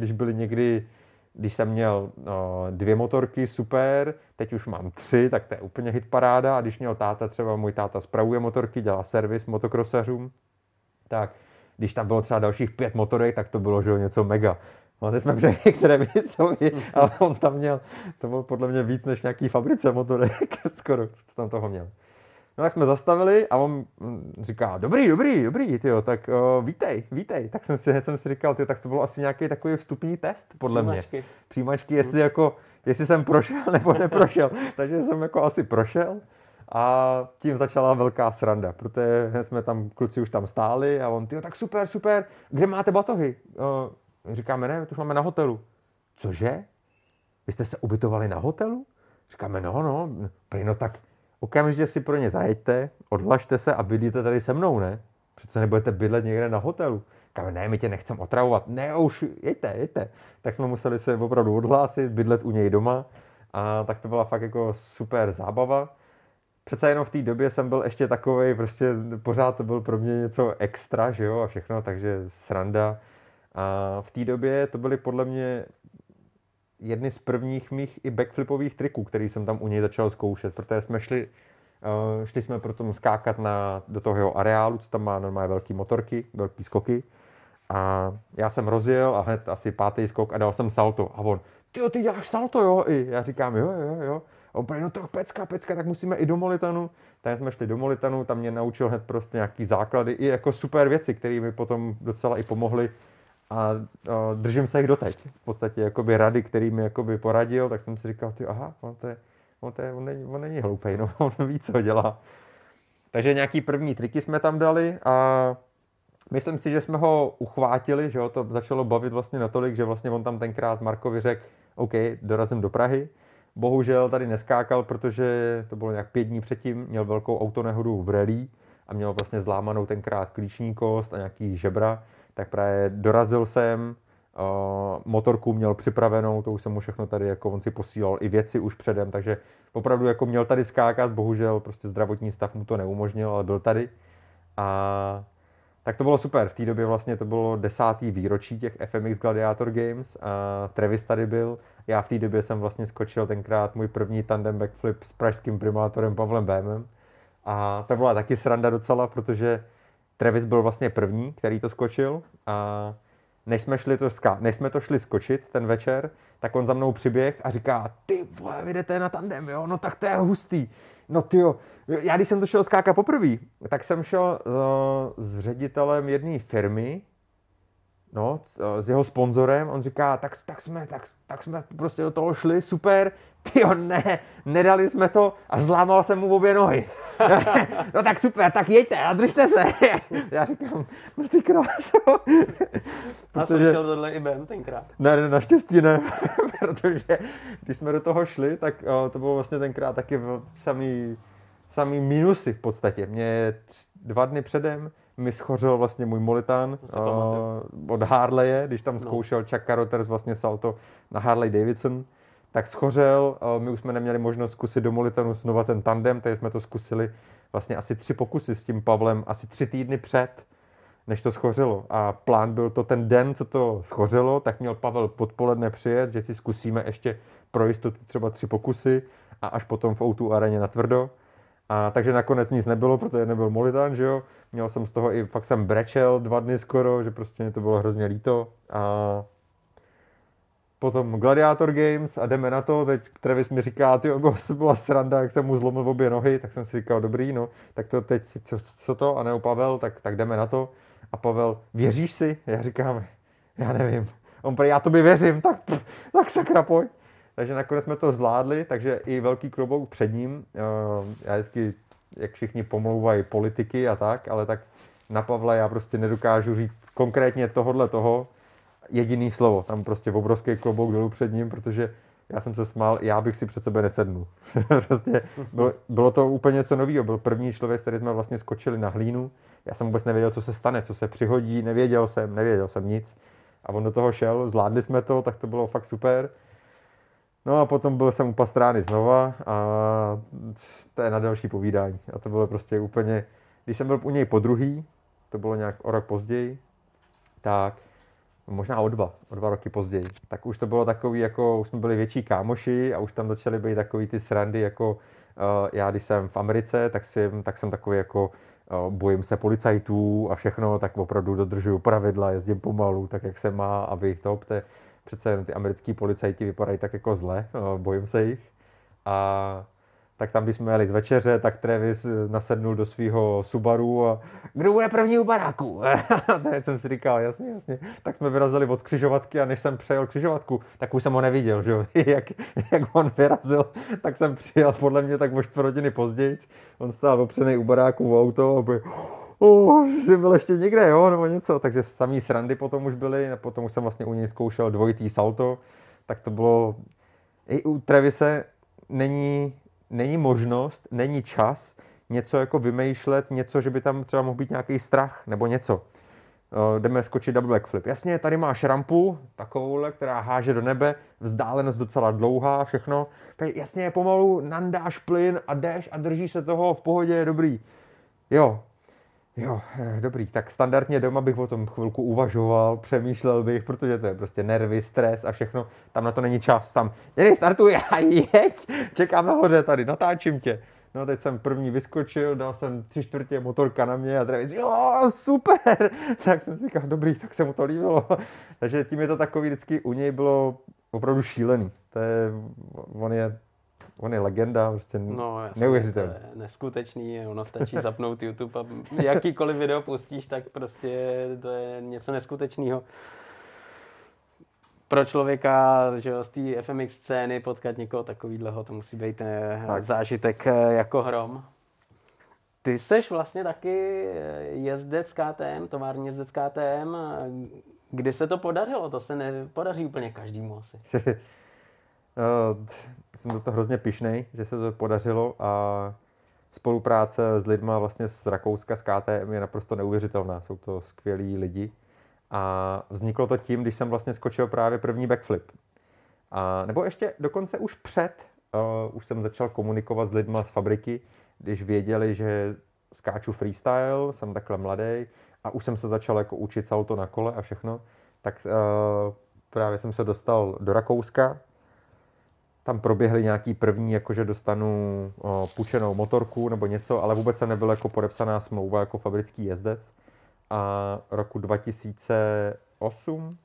když jsem měl 2 motorky, super, teď už mám 3, tak to je úplně hit paráda. A když měl třeba můj táta spravuje motorky, dělá servis motokrosařům, tak když tam bylo třeba dalších 5 motorek, tak to bylo že něco mega. No, teď jsme přijeli k Travisovi, ale on tam měl, to bylo podle mě víc než nějaký fabrice motorek, skoro, co tam toho měl. No tak jsme zastavili a on říká, dobrý, tyjo, tak vítej. Tak jsem si říkal, tyjo, tak to bylo asi nějaký takový vstupní test, podle mě. Přijímačky, jestli jsem prošel nebo neprošel. Takže jsem jako asi prošel. A tím začala velká sranda, protože jsme tam, kluci už tam stáli a on, tyjo, tak super, kde máte batohy? Říkáme, ne, to už máme na hotelu. Cože? Vy jste se ubytovali na hotelu? Říkáme, no, tak okamžitě si pro ně zajeďte, odhlašte se a bydlíte tady se mnou, ne? Přece nebudete bydlet někde na hotelu. Říkáme, ne, my tě nechcem otravovat. Ne, už jeďte. Tak jsme museli se opravdu odhlásit, bydlet u něj doma a tak to byla fakt jako super zábava. Přece jenom v té době jsem byl ještě takovej, prostě pořád to byl pro mě něco extra, že jo, a všechno, takže sranda. A v té době to byly podle mě jedny z prvních mých i backflipových triků, který jsem tam u něj začal zkoušet, protože jsme šli jsme potom skákat do toho jeho areálu, co tam má normálně velký motorky, velký skoky. A já jsem rozjel a hned asi 5. skok a dal jsem salto. A on, ty děláš salto, jo? I já říkám, jo. A on, no to pecka, tak musíme i do Molitanu. Tak jsme šli do Molitanu, tam mě naučil hned prostě nějaký základy i jako super věci, které mi potom docela i pomohly. A držím se jich doteď. V podstatě jakoby rady, který mi jakoby poradil, tak jsem si říkal, on není hloupej, no, on ví, co dělá. Takže nějaký první triky jsme tam dali a myslím si, že jsme ho uchvátili, že ho to začalo bavit vlastně natolik, že vlastně on tam tenkrát Markovi řekl, OK, dorazím do Prahy. Bohužel tady neskákal, protože to bylo nějak 5 dní předtím, měl velkou autonehodu v rally a měl vlastně zlámanou tenkrát klíční kost a nějaký žebra. Tak právě dorazil jsem, motorku měl připravenou, to už jsem mu všechno tady, jako on si posílal i věci už předem, takže opravdu jako měl tady skákat, bohužel prostě zdravotní stav mu to neumožnil, ale byl tady. A tak to bylo super, v té době vlastně to bylo 10. výročí těch FMX Gladiator Games a Travis tady byl. Já v té době jsem vlastně skočil tenkrát můj první tandem backflip s pražským primátorem Pavlem Bémem. A to byla taky sranda docela, protože Travis byl vlastně první, který to skočil a než jsme to šli skočit ten večer, tak on za mnou přiběh a říká, ty vole, vy jdete na tandem, jo, no tak to je hustý. No tyjo, já když jsem to šel skákat poprvé, tak jsem šel s ředitelem jedné firmy, no, s jeho sponzorem, on říká, tak jsme prostě do toho šli, super, tyjo, nedali jsme to a zlámal jsem mu obě nohy. No tak super, tak jeďte a držte se. Já říkám, no ty kráso. A slyšel tohle i Ben tenkrát? Ne, naštěstí ne, protože když jsme do toho šli, tak to bylo vlastně tenkrát taky samý minusy v podstatě. Mě 2 dny předem mi schořel vlastně můj Molitan od Harleje, když tam zkoušel Chuck Carothers vlastně salto na Harley Davidson, tak schořel, my už jsme neměli možnost zkusit do Molitanu znova ten tandem, takže jsme to zkusili vlastně asi 3 pokusy s tím Pavlem, asi 3 týdny před. než to schořelo. A plán byl to ten den, co to schořelo, tak měl Pavel odpoledne přijet, že si zkusíme ještě pro jistotu třeba 3 pokusy a až potom v O2 areně natvrdo. A takže nakonec nic nebylo, protože nebyl Molitán, že jo. Měl jsem z toho i, fakt jsem brečel 2 dny skoro, že prostě mě to bylo hrozně líto. A potom Gladiator Games a jdeme na to. Teď Travis mi říká, byla sranda, jak jsem mu zlomil obě nohy, tak jsem si říkal, dobrý, no, tak to teď, co to? A ne Pavel, tak jdeme na to. A Pavel, věříš si? Já říkám, já nevím. On prý, já tobě věřím, tak sakra pojď. Takže nakonec jsme to zvládli, takže i velký klobouk před ním. Já vždycky, jak všichni pomlouvají politiky a tak, ale tak na Pavla já prostě nedokážu říct konkrétně toho jediný slovo. Tam prostě obrovský klobouk dolů před ním, protože já jsem se smál, já bych si před sebe nesednul. Prostě bylo to úplně něco nového. Byl první člověk, s kterým jsme vlastně skočili na hlínu. Já jsem vůbec nevěděl, co se stane, co se přihodí, nevěděl jsem nic. A on do toho šel, zvládli jsme to, tak to bylo fakt super. No a potom byl jsem u Pastrány znova a to je na další povídání. A to bylo prostě úplně, když jsem byl u něj podruhý, to bylo nějak o rok později, tak možná o dva roky později, tak už to bylo takový, jako už jsme byli větší kámoši a už tam začaly být takový ty srandy, jako já když jsem v Americe, tak jsem takový jako bojím se policajtů a všechno, tak opravdu dodržuju pravidla, jezdím pomalu, tak jak se má a vy to přece ty americký policajti vypadají tak jako zle, bojím se jich. A tak tam, když jsme jeli z večeře, tak Travis nasednul do svého Subaru a kdo bude první u baráku? Tak jsem si říkal, jasně. Tak jsme vyrazili od křižovatky a než jsem přejel křižovatku, tak už jsem ho neviděl, že jo? jak on vyrazil, tak jsem přijel podle mě tak o 4 hodiny později. On stál opřený u baráku v auto a byl, jsi byl ještě někde, jo, nebo něco. Takže samý srandy potom už byly, a potom už jsem vlastně u něj zkoušel dvojitý salto, tak to bylo, i u Travise není možnost, není čas něco jako vymýšlet, něco, že by tam třeba mohl být nějaký strach nebo něco. Jdeme skočit double backflip. Jasně, tady máš rampu, takovouhle, která háže do nebe, vzdálenost docela dlouhá, všechno. Jasně, pomalu nandáš plyn a jdeš a držíš se toho, v pohodě, dobrý. Jo, dobrý. Tak standardně doma bych o tom chvilku uvažoval, přemýšlel bych, protože to je prostě nervy, stres a všechno. Tam na to není čas. Tam, startuj a jeď, čekám nahoře tady, natáčím tě. No teď jsem první vyskočil, dal jsem 3/4 motorka na mě a Travis, jo, super. Tak jsem si říkal, dobrý, tak se mu to líbilo. Takže tím je to takový, vždycky u něj bylo opravdu šílený. On je legenda, prostě neuvěřitelný. To je neskutečný, ono stačí zapnout YouTube a jakýkoliv video pustíš, tak prostě to je něco neskutečného. Pro člověka, že z té FMX scény potkat někoho takovýhleho, to musí být zážitek jako hrom. Ty seš vlastně taky jezdec KTM, tovární jezdec KTM. Kdy se to podařilo? To se nepodaří úplně každému asi. Jsem do toho hrozně pyšnej, že se to podařilo a spolupráce s lidma vlastně z Rakouska, z KTM je naprosto neuvěřitelná. Jsou to skvělí lidi. A vzniklo to tím, když jsem vlastně skočil právě první backflip. Nebo ještě dokonce už už jsem začal komunikovat s lidma z fabriky, když věděli, že skáču freestyle, jsem takhle mladý a už jsem se začal jako učit salto na kole a všechno, tak právě jsem se dostal do Rakouska. Tam proběhly nějaký první, jakože dostanu půjčenou motorku nebo něco, ale vůbec jsem nebyl jako podepsaná smlouva jako fabrický jezdec. A roku 2008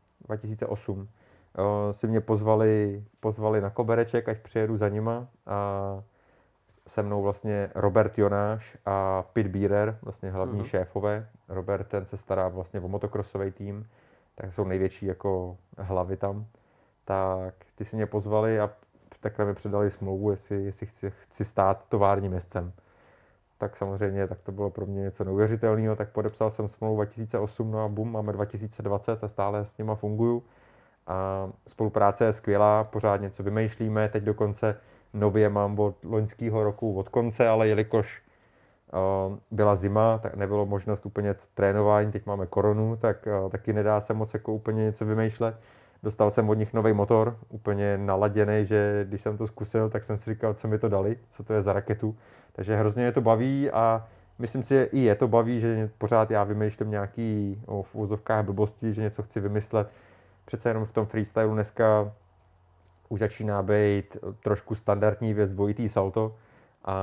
si mě pozvali na kobereček, ať přijedu za nima a se mnou vlastně Robert Jonáš a Pit Bierer, vlastně hlavní šéfové. Robert, ten se stará vlastně o motokrosový tým, tak jsou největší jako hlavy tam. Tak ty si mě pozvali a takhle mi předali smlouvu, jestli chci stát továrním jezdcem. Tak samozřejmě, tak to bylo pro mě něco neuvěřitelného, tak podepsal jsem smlouvu 2008, no a bum, máme 2020 a stále s nima funguju. A spolupráce je skvělá, pořád něco vymýšlíme, teď dokonce nově mám od loňského roku od konce, ale jelikož byla zima, tak nebylo možnost úplně trénování, teď máme koronu, tak taky nedá se moc jako úplně něco vymýšlet. Dostal jsem od nich nový motor, úplně naladěný, že když jsem to zkusil, tak jsem si říkal, co mi to dali, co to je za raketu. Takže hrozně mě to baví a myslím si, že i je to baví, že pořád já vymýšlím nějaký v úvozovkách blbosti, že něco chci vymyslet. Přece jenom v tom freestylu dneska už začíná být trošku standardní věc dvojitý salto a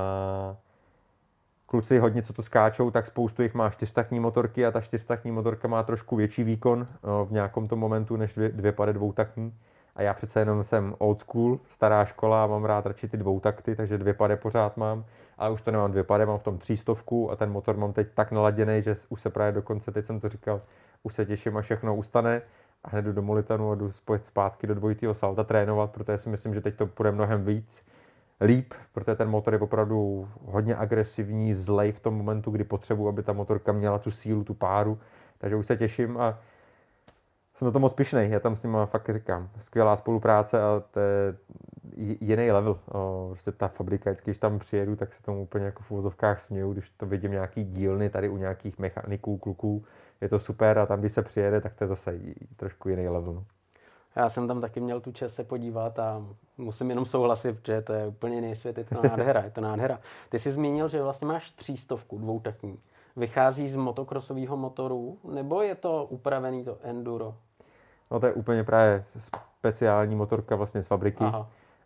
kluci hodně, co to skáčou, tak spoustu jich má čtyřtaktní motorky a ta čtyřtaktní motorka má trošku větší výkon v nějakom tom momentu než dvě pady dvoutaktní. A já přece jenom jsem old school, stará škola a mám rád radši ty dvoutakty, takže dvě pady pořád mám, ale už to nemám dvě pady, mám v tom 300 a ten motor mám teď tak naladěný, že už se právě dokonce, teď jsem to říkal, už se těším, až všechno ustane a hned jdu do Molitanu a jdu spojit zpátky do dvojitého salta trénovat, protože si myslím, že teď to půjde mnohem líp, protože ten motor je opravdu hodně agresivní, zlej v tom momentu, kdy potřebuji, aby ta motorka měla tu sílu, tu páru, takže už se těším a jsem na to moc pyšnej, já tam s nima fakt říkám, skvělá spolupráce a to je jiný level. Prostě ta fabrika, vždycky, když tam přijedu, tak se tomu úplně jako v uvozovkách směju, když to vidím nějaký dílny tady u nějakých mechaniků, kluků, je to super a tam, když se přijede, tak to je zase trošku jiný level. Já jsem tam taky měl tu čest se podívat a musím jenom souhlasit, že to je úplně jiný svět, je to nádhera, Ty jsi zmínil, že vlastně máš 300 dvoutaktní. Vychází z motokrosového motoru, nebo je to upravený to enduro? No to je úplně právě speciální motorka vlastně z fabriky. Aha.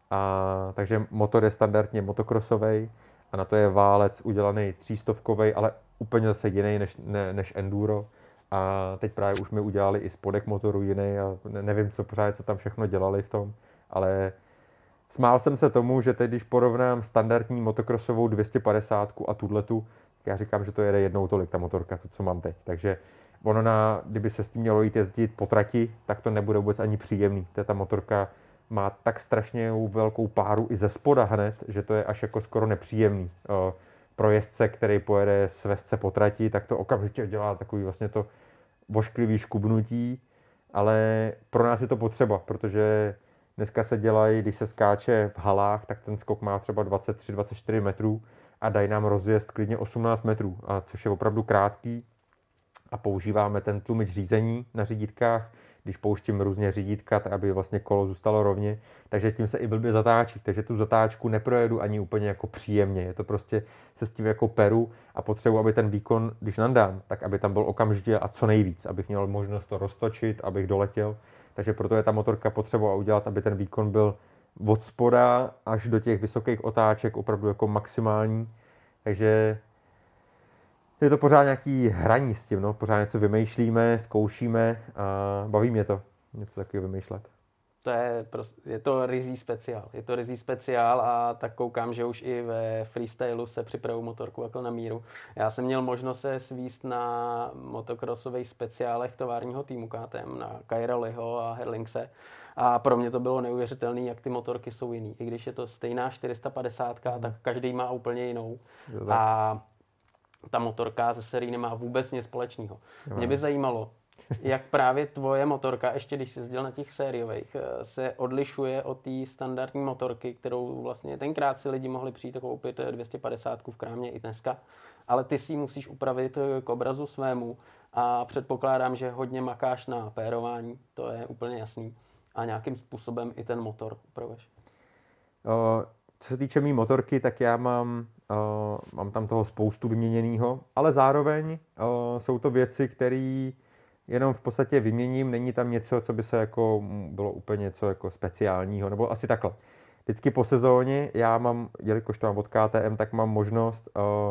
Takže motor je standardně motokrosovej a na to je válec udělaný 300, ale úplně zase jiný než enduro. A teď právě už mi udělali i spodek motoru jiný a nevím, co tam všechno dělali v tom, ale smál jsem se tomu, že teď, když porovnám standardní motokrosovou 250 a tuhletu, já říkám, že to jede jednou tolik ta motorka, to, co mám teď. Takže kdyby se s tím mělo jít jezdit po trati, tak to nebude vůbec ani příjemný. Ta motorka má tak strašně velkou páru i ze spoda hned, že to je až jako skoro nepříjemný. Pro jezdce, který pojede s vesce po trati, tak to okamžitě dělá takový vlastně to vošklivý škubnutí, ale pro nás je to potřeba, protože dneska se dělají, když se skáče v halách, tak ten skok má třeba 23-24 metrů a dají nám rozjezd klidně 18 metrů, což je opravdu krátký a používáme ten tlumič řízení na řídítkách, když pouštím různě řídítka, tak aby vlastně kolo zůstalo rovně, takže tím se i blbě zatáčí, takže tu zatáčku neprojedu ani úplně jako příjemně, je to prostě se s tím jako peru a potřebuji, aby ten výkon, když nandám, tak aby tam byl okamžitě a co nejvíc, abych měl možnost to roztočit, abych doletěl, takže proto je ta motorka potřeba udělat, aby ten výkon byl od spoda až do těch vysokých otáček opravdu jako maximální, takže je to pořád nějaký hraní s tím, no? Pořád něco vymýšlíme, zkoušíme a baví mě to něco takového vymýšlet. Je to rizí speciál a tak koukám, že už i ve freestylu se připravují motorku jako na míru. Já jsem měl možnost se svíst na motokrosových speciálech továrního týmu KTM, na Cairoliho a Herlingse a pro mě to bylo neuvěřitelné, jak ty motorky jsou jiný. I když je to stejná 450, tak každý má úplně jinou. A ta motorka ze série nemá vůbec nic společného. Mě by zajímalo, jak právě tvoje motorka, ještě když jsi jezdil na těch sériových, se odlišuje od té standardní motorky, kterou vlastně tenkrát si lidi mohli přijít a koupit 250 v krámě i dneska, ale ty si ji musíš upravit k obrazu svému a předpokládám, že hodně makáš na pérování, to je úplně jasný, a nějakým způsobem i ten motor upravuješ. Co se týče mý motorky, tak já mám tam toho spoustu vyměněného, ale zároveň jsou to věci, které jenom v podstatě vyměním, není tam něco, co by se jako bylo úplně něco jako speciálního, nebo asi takhle. Vždycky po sezóně já mám, jelikož to mám od KTM, tak mám možnost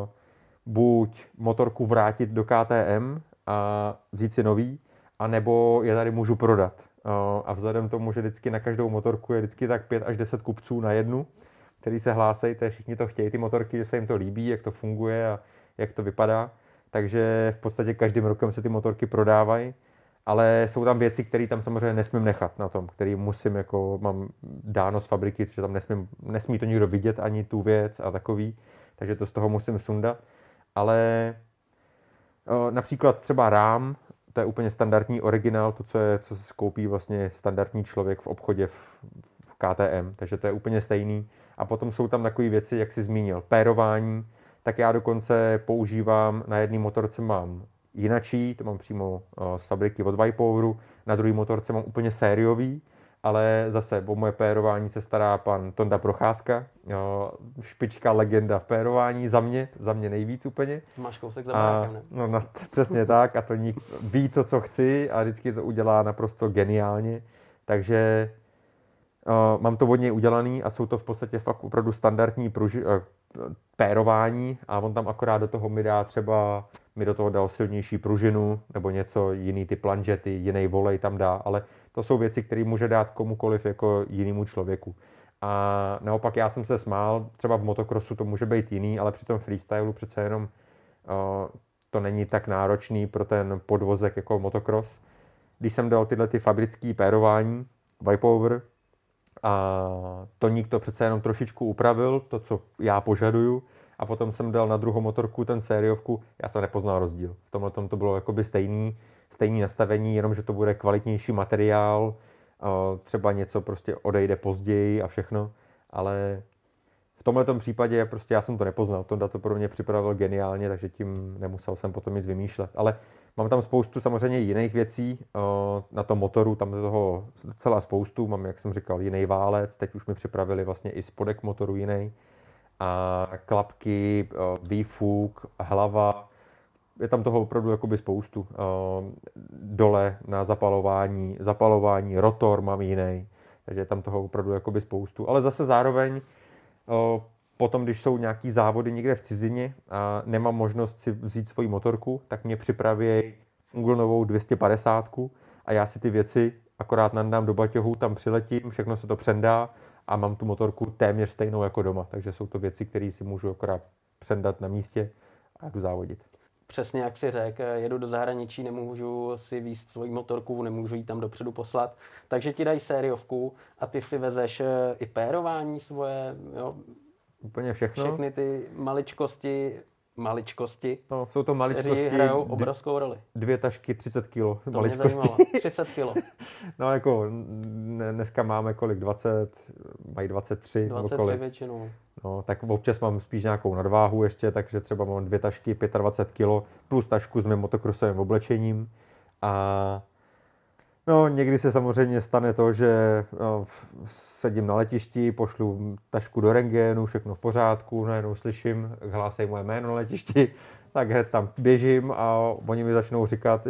buď motorku vrátit do KTM a vzít si nový, anebo je tady můžu prodat. A vzhledem k tomu, že vždycky na každou motorku je vždycky tak 5 až 10 kupců na jednu, který se hlásejí, to všichni to chtějí, ty motorky, že se jim to líbí, jak to funguje a jak to vypadá. Takže v podstatě každým rokem se ty motorky prodávají, ale jsou tam věci, které tam samozřejmě nesmím nechat na tom, který musím, jako mám dáno z fabriky, že tam nesmí to nikdo vidět ani tu věc a takový, takže to z toho musím sundat. Ale například třeba rám, to je úplně standardní originál, to, co se koupí vlastně standardní člověk v obchodě v KTM, takže to je úplně stejný. A potom jsou tam takové věci, jak jsi zmínil, pérování, tak já dokonce používám, na jedné motorce mám jinačí, to mám přímo z fabriky od Vipoweru, na druhé motorce mám úplně sériový ale zase o moje pérování se stará pan Tonda Procházka, špička, legenda v pérování, za mě nejvíc úplně. Máš kousek za barákem, ne? No, přesně tak, a to ví to, co chci, a vždycky to udělá naprosto geniálně, takže mám to od něj udělaný a jsou to v podstatě fakt opravdu standardní pérování, a on tam akorát do toho mi do toho dal silnější pružinu nebo něco, jiný ty planžety, jiný volej tam dá, ale to jsou věci, které může dát komukoliv jako jinému člověku. A naopak já jsem se smál, třeba v motokrosu to může být jiný, ale při tom freestylu přece jenom to není tak náročný pro ten podvozek jako motokros. Když jsem dal tyhle ty fabrické pérování, wipeover, a Toník to přece jenom trošičku upravil, to, co já požaduju, a potom jsem dal na druhou motorku ten sériovku, já jsem nepoznal rozdíl. V tomhle to bylo jakoby stejný nastavení, jenom že to bude kvalitnější materiál, třeba něco prostě odejde později a všechno, ale v tomhletom případě prostě já jsem to nepoznal. Tonda to pro mě připravil geniálně, takže tím nemusel jsem potom nic vymýšlet. Ale mám tam spoustu samozřejmě jiných věcí na tom motoru, tam je toho docela spoustu. Mám, jak jsem říkal, jiný válec, teď už mi připravili vlastně i spodek motoru jiný. A klapky, výfuk, hlava, je tam toho opravdu jakoby spoustu. Dole na zapalování, rotor mám jiný, takže je tam toho opravdu jakoby spoustu. Ale zase zároveň potom, když jsou nějaký závody někde v cizině a nemám možnost si vzít svoji motorku, tak mě připraví Unglenovou 250 a já si ty věci akorát nandám do baťohu, tam přiletím, všechno se to přendá a mám tu motorku téměř stejnou jako doma. Takže jsou to věci, které si můžu akorát přendat na místě a jdu závodit. Přesně jak si řekl, jedu do zahraničí, nemůžu si vízt svoji motorku, nemůžu ji tam dopředu poslat, takže ti dají sériovku a ty si vezeš i pérování svoje, jo? Úplně všechno. Všechny ty maličkosti, no, jsou to maličkosti, kteří hrajou obrovskou roli. 2 tašky, 30 kg To maličkosti. mě zajímalo, 30 kg. No jako dneska máme kolik, 20, mají 23. 23 většinou. No, tak občas mám spíš nějakou nadváhu ještě, takže třeba mám 2 tašky, 25 kg, plus tašku s mým motokrosovým oblečením. A no, někdy se samozřejmě stane to, že sedím na letišti, pošlu tašku do rentgenu, všechno v pořádku, najednou slyším, hlásej moje jméno na letišti, tak hned tam běžím a oni mi začnou říkat,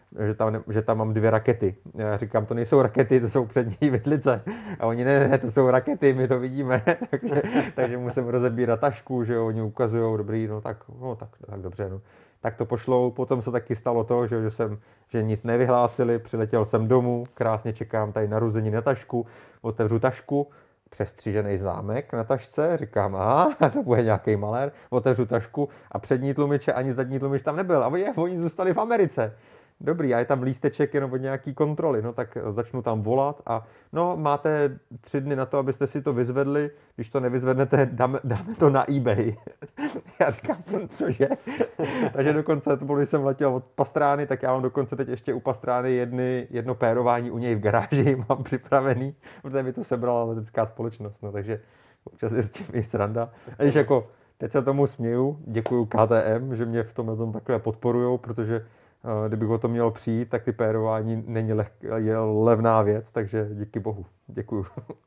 že tam mám 2 rakety. Já říkám, to nejsou rakety, to jsou přední vidlice. A oni, ne, to jsou rakety, my to vidíme. takže musím rozebírat tašku, že jo, oni ukazujou, dobrý, tak dobře, no. Tak to pošlou. Potom se taky stalo to, že nic nevyhlásili, přiletěl jsem domů, krásně čekám tady narození na tašku, otevřu tašku, přestřížený zámek na tašce, říkám, aha, to bude nějaký malér, otevřu tašku a přední tlumiče ani zadní tlumič tam nebyl. A oni zůstali v Americe. Dobrý, a je tam lísteček jenom od nějaký kontroly, no tak začnu tam volat a no, máte 3 dny na to, abyste si to vyzvedli, když to nevyzvednete, dáme to na eBay. Já říkám, cože? Takže dokonce, když jsem letěl od Pastrány, tak já mám dokonce teď ještě u Pastrány jedno pérování u něj v garáži mám připravený, protože mi to sebrala letecká společnost, no takže občas je s tím i sranda. A když jako, teď se tomu směju, děkuju KTM, že mě v tomhle takhle podporujou, protože kdybych o to měl přijít, tak ty pérování je levná věc, takže díky bohu. Děkuju.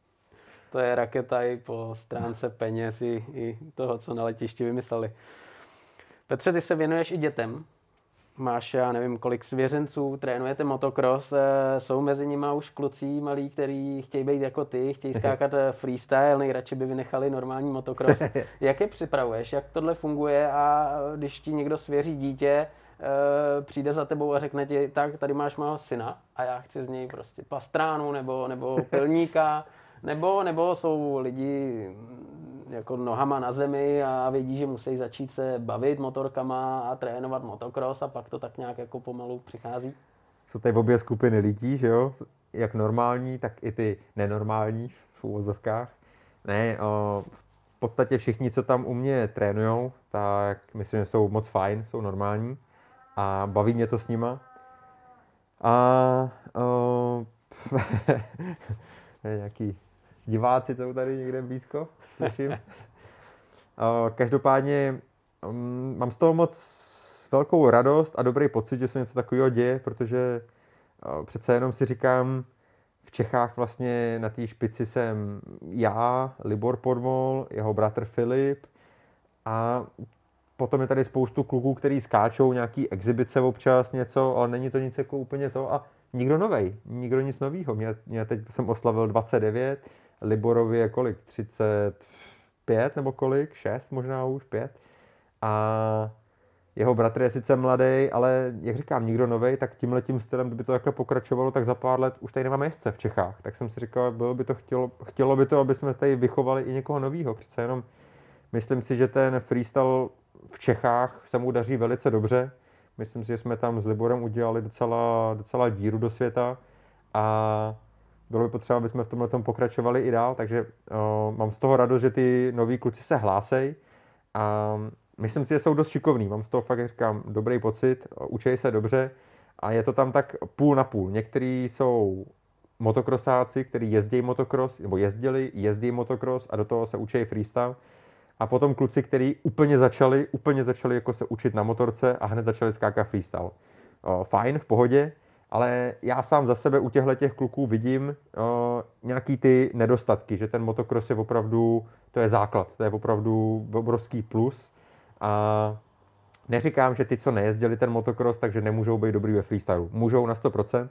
To je raketa i po stránce peněz i toho, co na letišti vymysleli. Petře, ty se věnuješ i dětem. Máš, já nevím, kolik svěřenců, trénujete motocross, jsou mezi nimi už kluci malí, kteří chtějí být jako ty, chtějí skákat freestyle, nejradši by vynechali normální motocross. Jak je připravuješ, jak tohle funguje a když ti někdo svěří dítě, přijde za tebou a řekne ti, tak tady máš mého syna a já chci z něj prostě pastránu nebo pilníka, nebo jsou lidi jako nohama na zemi a vědí, že musí začít se bavit motorkama a trénovat motocross a pak to tak nějak jako pomalu přichází. Jsou tady obě skupiny lidí, že jo? Jak normální, tak i ty nenormální v uvozovkách. Ne, v podstatě všichni, co tam u mě trénujou, tak myslím, že jsou moc fajn, jsou normální a baví mě to s nima. A nějaký diváci jsou tady někde blízko, slyším. Každopádně mám z toho moc velkou radost a dobrý pocit, že se něco takového děje, protože přece jenom si říkám, v Čechách vlastně na té špici jsem já, Libor Podmol, jeho bratr Filip a potom je tady spoustu kluků, který skáčou nějaký exibice občas něco, ale není to nic jako úplně to a nikdo novej, nikdo nic novýho. Mě teď jsem oslavil 29, Liborovi je kolik? 35 nebo kolik? 6 možná už, 5. A jeho bratr je sice mladý, ale jak říkám, nikdo novej, tak tímhletím stylem, kdyby to takhle pokračovalo, tak za pár let už tady nemáme jezdce v Čechách. Tak jsem si říkal, chtělo by to, aby jsme tady vychovali i někoho novýho. Přece jenom myslím si, že ten freestyle v Čechách se mu daří velice dobře. Myslím si, že jsme tam s Liborem udělali docela díru do světa a bylo by potřeba, aby jsme v tomhle pokračovali i dál, takže mám z toho radost, že ty noví kluci se hlásej a myslím si, že jsou dost šikovní. Mám z toho fakt, jak říkám, dobrý pocit, učej se dobře a je to tam tak půl na půl. Někteří jsou motokrosáci, kteří jezdí motokros, nebo jezdí motokros a do toho se učí freestyle. A potom kluci, kteří úplně začali jako se učit na motorce a hned začali skákat freestyle. Fajn, v pohodě, ale já sám za sebe u těch kluků vidím nějaký ty nedostatky, že ten motocross je opravdu, to je základ, to je opravdu obrovský plus. A neříkám, že ty, co nejezdili ten motocross, takže nemůžou být dobrý ve freestylu. Můžou na 100%,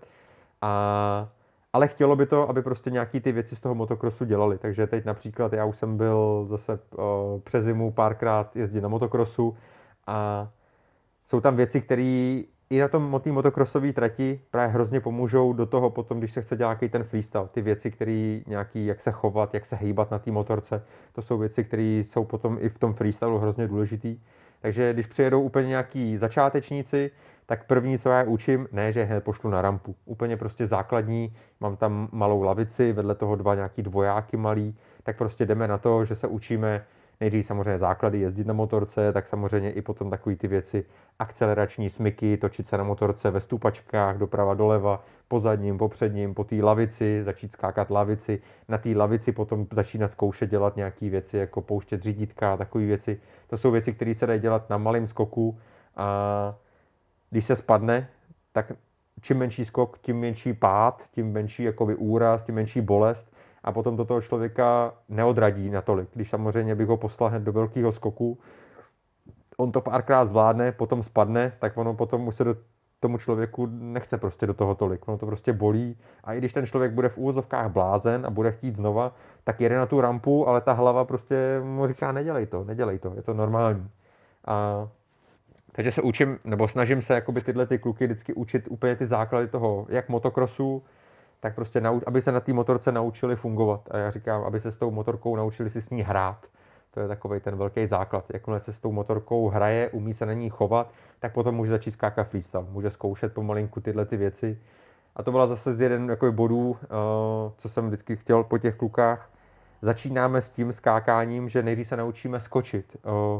ale chtělo by to, aby prostě nějaký ty věci z toho motocrossu dělali. Takže teď například já už jsem byl zase přes zimu párkrát jezdit na motocrossu a jsou tam věci, které i na tom motocrossové trati právě hrozně pomůžou do toho potom, když se chce dělat nějaký ten freestyle. Ty věci, které nějaký, jak se chovat, jak se hejbat na té motorce, to jsou věci, které jsou potom i v tom freestylu hrozně důležitý. Takže když přijedou úplně nějaký začátečníci, tak první, co já učím, ne, že hned pošlu na rampu. Úplně prostě základní, mám tam malou lavici, vedle toho dva nějaký dvojáky malý, tak prostě jdeme na to, že se učíme nejdřív samozřejmě základy jezdit na motorce, tak samozřejmě i potom takový ty věci, akcelerační smyky, točit se na motorce ve stupačkách, doprava, doleva, po zadním, po předním, po té lavici, začít skákat lavici, na té lavici potom začínat zkoušet dělat nějaké věci, jako pouštět řídítka, takové věci. To jsou věci, které se dají dělat na malém skoku a když se spadne, tak čím menší skok, tím menší pád, tím menší jakoby úraz, tím menší bolest a potom to toho člověka neodradí natolik. Když samozřejmě bych ho poslal hned do velkého skoku, on to párkrát zvládne, potom spadne, tak ono potom už se do tomu člověku nechce prostě do toho tolik. Ono to prostě bolí a i když ten člověk bude v úvozovkách blázen a bude chtít znova, tak jede na tu rampu, ale ta hlava prostě mu říká nedělej to, je to normální. Takže se učím, nebo snažím se jakoby tyhle ty kluky vždycky učit úplně ty základy toho, jak motokrosu, tak prostě aby se na té motorce naučili fungovat. A já říkám, aby se s tou motorkou naučili si s ní hrát. To je takovej ten velký základ. Jakmile se s tou motorkou hraje, umí se na ní chovat, tak potom může začít skákat freestyle. Může zkoušet pomalinku tyhle ty věci. A to byla zase z jeden jakoby bodů, co jsem vždycky chtěl po těch klukách. Začínáme s tím skákáním, že nejdřív se naučíme skočit.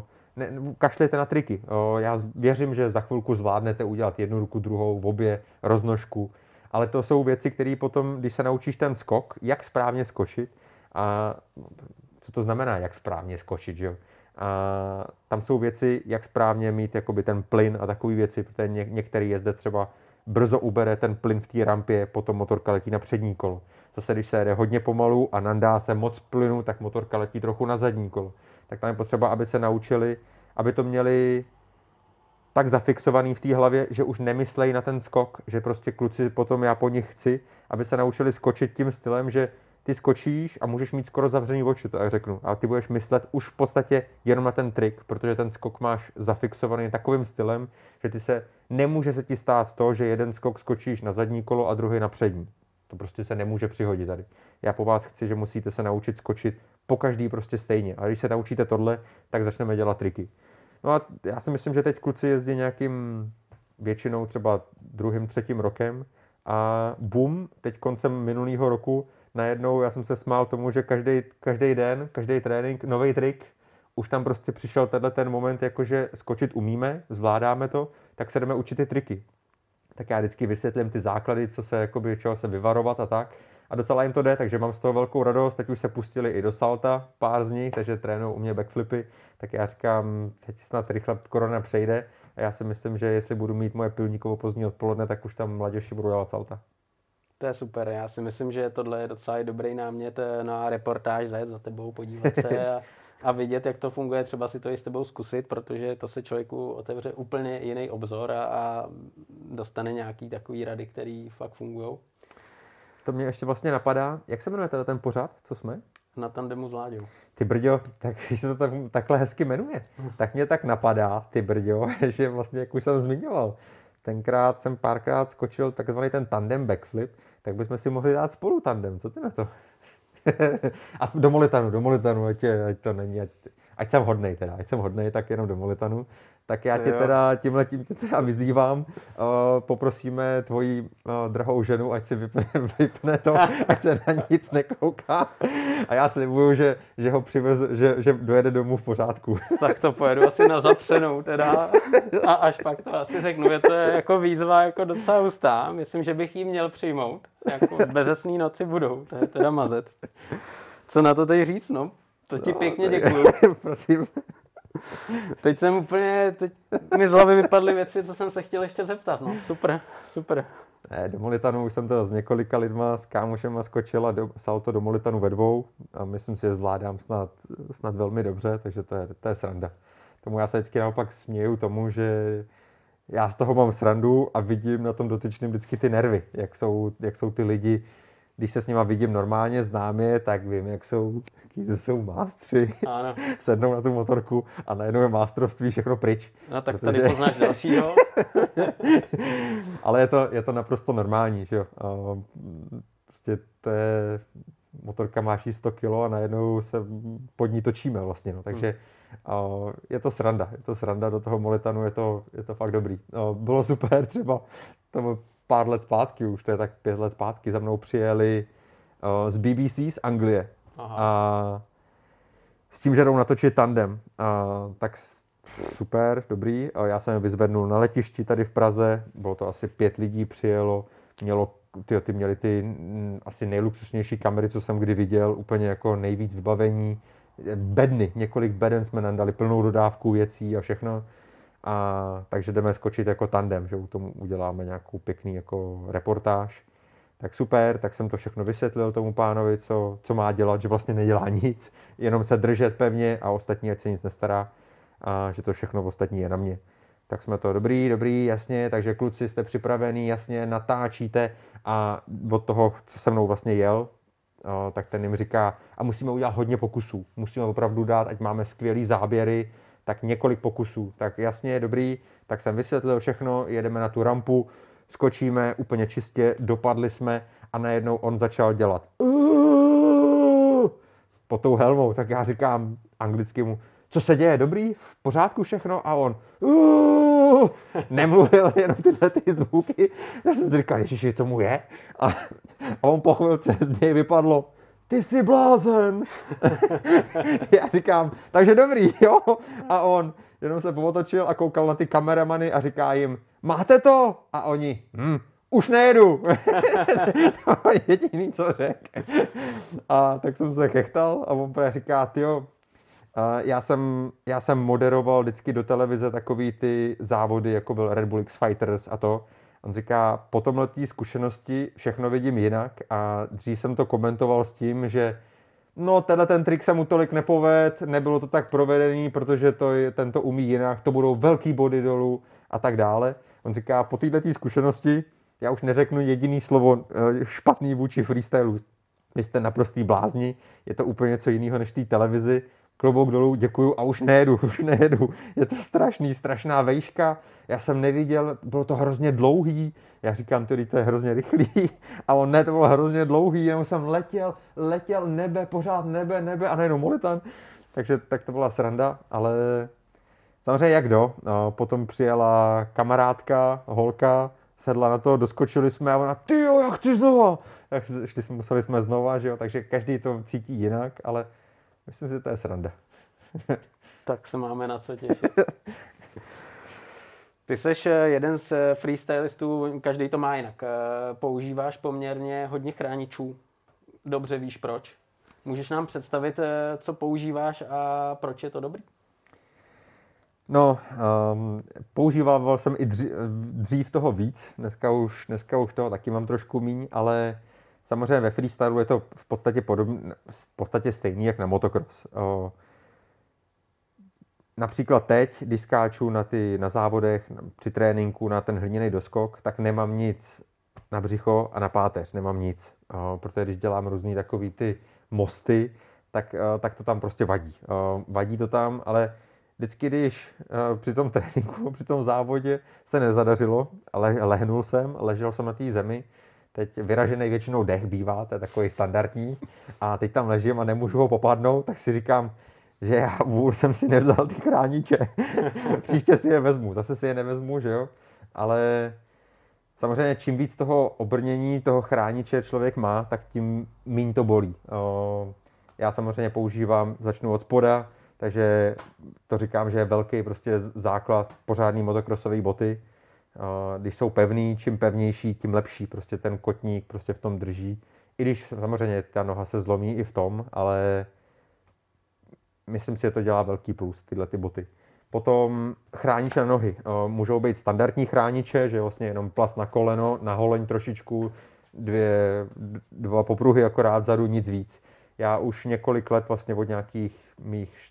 Kašlete na triky. Já věřím, že za chvilku zvládnete udělat jednu ruku, druhou, v obě, roznožku. Ale to jsou věci, které potom, když se naučíš ten skok, jak správně skočit, a co to znamená, jak správně skočit, že jo? A tam jsou věci, jak správně mít jakoby ten plyn a takové věci, protože některý jezdec třeba brzo ubere ten plyn v té rampě, potom motorka letí na přední kolo. Zase, když se jede hodně pomalu a nandá se moc plynu, tak motorka letí trochu na zadní kolo. Tak tam je potřeba, aby se naučili, aby to měli tak zafixovaný v té hlavě, že už nemyslejí na ten skok, že prostě kluci potom já po nich chci, aby se naučili skočit tím stylem, že ty skočíš a můžeš mít skoro zavřený oči, to já řeknu. A ty budeš myslet už v podstatě jenom na ten trik, protože ten skok máš zafixovaný takovým stylem, že nemůže se ti stát to, že jeden skok skočíš na zadní kolo a druhý na přední. To prostě se nemůže přihodit tady. Já po vás chci, že musíte se naučit skočit po každý prostě stejně. A když se naučíte tohle, tak začneme dělat triky. No a já si myslím, že teď kluci jezdí nějakým většinou třeba 2., 3. rokem a bum, teď koncem minulého roku najednou já jsem se smál tomu, že každý den, každý trénink, nový trik, už tam prostě přišel ten moment, jakože skočit umíme, zvládáme to, tak se jdeme učit ty triky. Tak já vždycky vysvětlím ty základy, čeho se vyvarovat a tak. A docela jim to jde, takže mám z toho velkou radost. Teď už se pustili i do salta, pár z nich, takže trénují u mě backflipy. Tak já říkám, teď snad rychle korona přejde. A já si myslím, že jestli budu mít moje Pilníkovo pozdní odpoledne, tak už tam mladěši budou dělat salta. To je super. Já si myslím, že tohle je docela dobrý námět na reportáž, zajet za tebou, podívat se a vidět, jak to funguje, třeba si to i s tebou zkusit, protože to se člověku otevře úplně jiný obzor a dostane nějaký takový rady, který fakt fungujou. To mě ještě vlastně napadá, jak se jmenuje ten pořad, co jsme? Na tandemu s Láďou. Ty brďo, tak když se to takhle hezky jmenuje, tak mě tak napadá, ty brďo, že vlastně, jak už jsem zmiňoval, tenkrát jsem párkrát skočil takzvaný ten tandem backflip, tak bychom si mohli dát spolu tandem, co ty na to? A do Molitanu, ať to není, ať jsem hodnej, tak jenom do Molitanu. Tak já tě teda tímhletím tě teda vyzývám, poprosíme tvoji drahou ženu, ať si vypne to, ať se na nic nekouká. A já slibuju, že ho přivez, že dojede domů v pořádku. Tak to pojedu asi na zapřenou teda. A až pak to asi řeknu, že to je jako výzva jako docela hustá. Myslím, že bych jí měl přijmout. Jako bezesný noci budou, to je teda mazec. Co na to teď říct, no? To ti pěkně děkuju. Prosím. Teď mi z hlavy vypadly věci, co jsem se chtěl ještě zeptat, no. Super. Ne, do Molitanu už jsem to s několika lidma, s kámošema skočil a salto do Molitanu ve dvou a myslím si, že zvládám snad velmi dobře, takže to je sranda. Tomu já se vždycky naopak směju tomu, že já z toho mám srandu a vidím na tom dotyčném vždycky ty nervy, jak jsou ty lidi. Když se s nima vidím normálně, znám je, tak vím, jaký to jsou mástři. Ano. Sednou na tu motorku a najednou je mástrovství všechno pryč. No tak tady poznáš dalšího. Ale je to naprosto normální, že jo. Prostě to je, motorka má 100 kg a najednou se pod ní točíme vlastně, no. Takže je to sranda do toho Molitanu, je to fakt dobrý. Bylo super třeba, to pár let zpátky, už to je tak 5 let zpátky, za mnou přijeli z BBC z Anglie. Aha. A s tím, že jdou natočit tandem. Tak super, dobrý. Já jsem je vyzvednul na letišti tady v Praze, bylo to asi 5 lidí přijelo, ty měli ty asi nejluxusnější kamery, co jsem kdy viděl, úplně jako nejvíc vybavení. Bedny, několik beden jsme nám dali, plnou dodávku věcí a všechno. Takže jdeme skočit jako tandem, že u tomu uděláme nějakou pěkný jako reportáž. Tak super, tak jsem to všechno vysvětlil tomu pánovi, co má dělat, že vlastně nedělá nic, jenom se držet pevně a ostatní ať se nic nestará a že to všechno ostatní je na mě. Tak jsme to dobrý, jasně, takže kluci jste připravení, jasně, natáčíte a od toho, co se mnou vlastně jel, tak ten jim říká, a musíme udělat hodně pokusů, musíme opravdu dát, ať máme skvělý záběry, tak několik pokusů. Tak jasně, dobrý, tak jsem vysvětlil všechno, jedeme na tu rampu, skočíme úplně čistě, dopadli jsme a najednou on začal dělat pod tou helmou, tak já říkám anglicky mu, co se děje, dobrý, v pořádku všechno a on nemluvil, jenom tyhle ty zvuky. Já jsem si říkal, ježiši, co mu je? A on po chvilce z něj vypadlo, ty jsi blázen. Já říkám, takže dobrý, jo? A on jenom se potočil a koukal na ty kameramany a říká jim, máte to? A oni, už nejedu. To je jediný, co řekl. A tak jsem se chechtal a on říká, tyjo, já jsem moderoval vždycky do televize takový ty závody, jako byl Red Bull X Fighters a to. On říká, po tomhletý zkušenosti všechno vidím jinak a dřív jsem to komentoval s tím, že no tenhle ten trik se mu tolik nepoved, nebylo to tak provedený, protože tento umí jinak, to budou velký body dolů a tak dále. On říká, po této zkušenosti já už neřeknu jediný slovo špatný vůči freestylu. Vy jste naprostý blázni, je to úplně něco jiného než té televizi. Klobouk dolů, děkuju a už nejedu. Je to strašná vejška. Já jsem neviděl, bylo to hrozně dlouhý. Já říkám, to je hrozně rychlý. A on ne, to bylo hrozně dlouhý, jenom jsem letěl nebe, pořád nebe a najednou Molitan. Takže tak to byla sranda, ale samozřejmě jak do. Potom přijela kamarádka, holka, sedla na to, doskočili jsme a ona, tyjo, já chci znova. Tak museli jsme znova, že jo, takže každý to cítí jinak, ale myslím si, že to je sranda. Tak se máme na co těšit. Ty jsi jeden z freestylistů, každý to má jinak. Používáš poměrně hodně chráničů. Dobře víš proč. Můžeš nám představit, co používáš a proč je to dobrý? No, používal jsem i dřív toho víc, dneska už toho taky mám trošku míň, ale samozřejmě ve freestylu je to v podstatě stejný jak na motocross. Například teď, když skáču na závodech, při tréninku na ten hliněný doskok, tak nemám nic na břicho a na páteř, nemám nic. Protože když dělám různý takový ty mosty, tak to tam prostě vadí. Vadí to tam, ale vždycky, když při tom tréninku, při tom závodě se nezadařilo, ale ležel jsem na té zemi, teď vyražený většinou dech bývá, to je takový standardní, a teď tam ležím a nemůžu ho popadnout, tak si říkám, že já jsem si nevzal ty chrániče. Příště si je vezmu, zase si je nevezmu, že jo? Ale samozřejmě čím víc toho obrnění, toho chrániče člověk má, tak tím míň to bolí. Já samozřejmě začnu od spoda, takže to říkám, že je velký prostě základ pořádný motocrossové boty. Když jsou pevný, čím pevnější, tím lepší. Prostě ten kotník prostě v tom drží. I když samozřejmě ta noha se zlomí i v tom, ale myslím si, že to dělá velký plus, tyhle ty boty. Potom chrániče na nohy. Můžou být standardní chrániče, že vlastně jenom plast na koleno, na holeň trošičku, dva popruhy akorát zadu, nic víc. Já už několik let vlastně od nějakých mých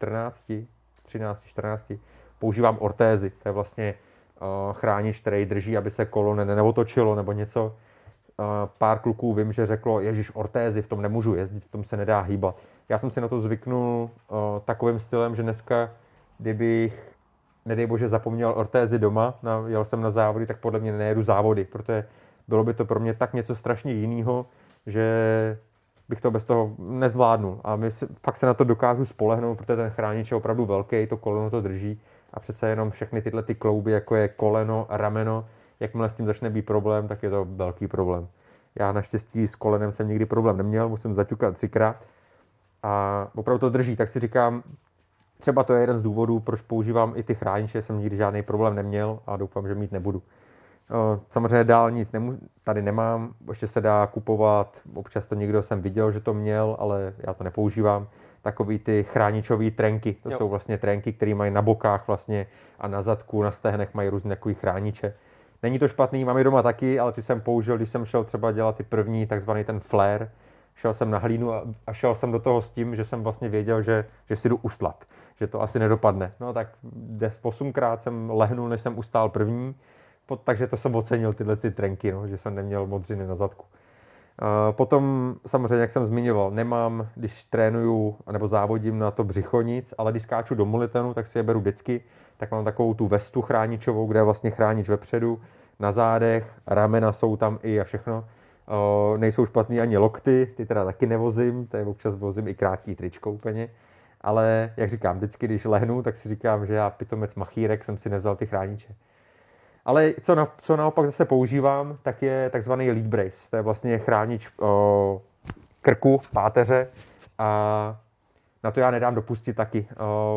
13, 14 používám ortézy. To je vlastně chránič, který drží, aby se kolo neotočilo nebo něco. Pár kluků vím, že řeklo, ježiš, ortézy, v tom nemůžu jezdit, v tom se nedá hýbat. Já jsem si na to zvyknul takovým stylem, že dneska, kdybych, nedej bože, zapomněl ortézy doma, jel jsem na závody, tak podle mě nejedu závody, protože bylo by to pro mě tak něco strašně jiného, že bych to bez toho nezvládnul. A fakt se na to dokážu spolehnout, protože ten chránič je opravdu velký, to koleno to drží a přece jenom všechny tyhle ty klouby, jako je koleno a rameno, jakmile s tím začne být problém, tak je to velký problém. Já naštěstí s kolenem jsem nikdy problém neměl, musím zaťukat 3krát a opravdu to drží, tak si říkám, třeba to je jeden z důvodů, proč používám i ty chrániče, jsem nikdy žádný problém neměl a doufám, že mít nebudu. Samozřejmě dál nic tady nemám, ještě se dá kupovat, občas to někdo jsem viděl, že to měl, ale já to nepoužívám. Takový ty chráničové trenky, to jsou vlastně trenky, které mají na bokách vlastně a na zadku, na stehnech mají různé takový chrániče. Není to špatný, mám je doma taky, ale ty jsem použil, když jsem šel třeba dělat ty první, takzvaný ten flare. Šel jsem na hlínu a šel jsem do toho s tím, že jsem vlastně věděl, že si jdu ustlat, že to asi nedopadne. No tak 8krát jsem lehnul, než jsem ustál první, takže to jsem ocenil, tyhle ty trenky, no, že jsem neměl modřiny na zadku. Potom samozřejmě, jak jsem zmiňoval, nemám, když trénuju nebo závodím na to břicho nic, ale když skáču do mulitanu, tak si je beru vždycky, tak mám takovou tu vestu chráničovou, kde je vlastně chránič vepředu, na zádech, ramena jsou tam i a všechno. Nejsou špatný ani lokty, ty teda taky nevozím, tady občas vozím i krátký tričko úplně. Ale jak říkám, vždycky, když lehnu, tak si říkám, že já pitomec machírek jsem si nevzal ty chrániče. Ale co naopak zase používám, tak je takzvaný lead brace. To je vlastně chránič krku, páteře a na to já nedám dopustit taky.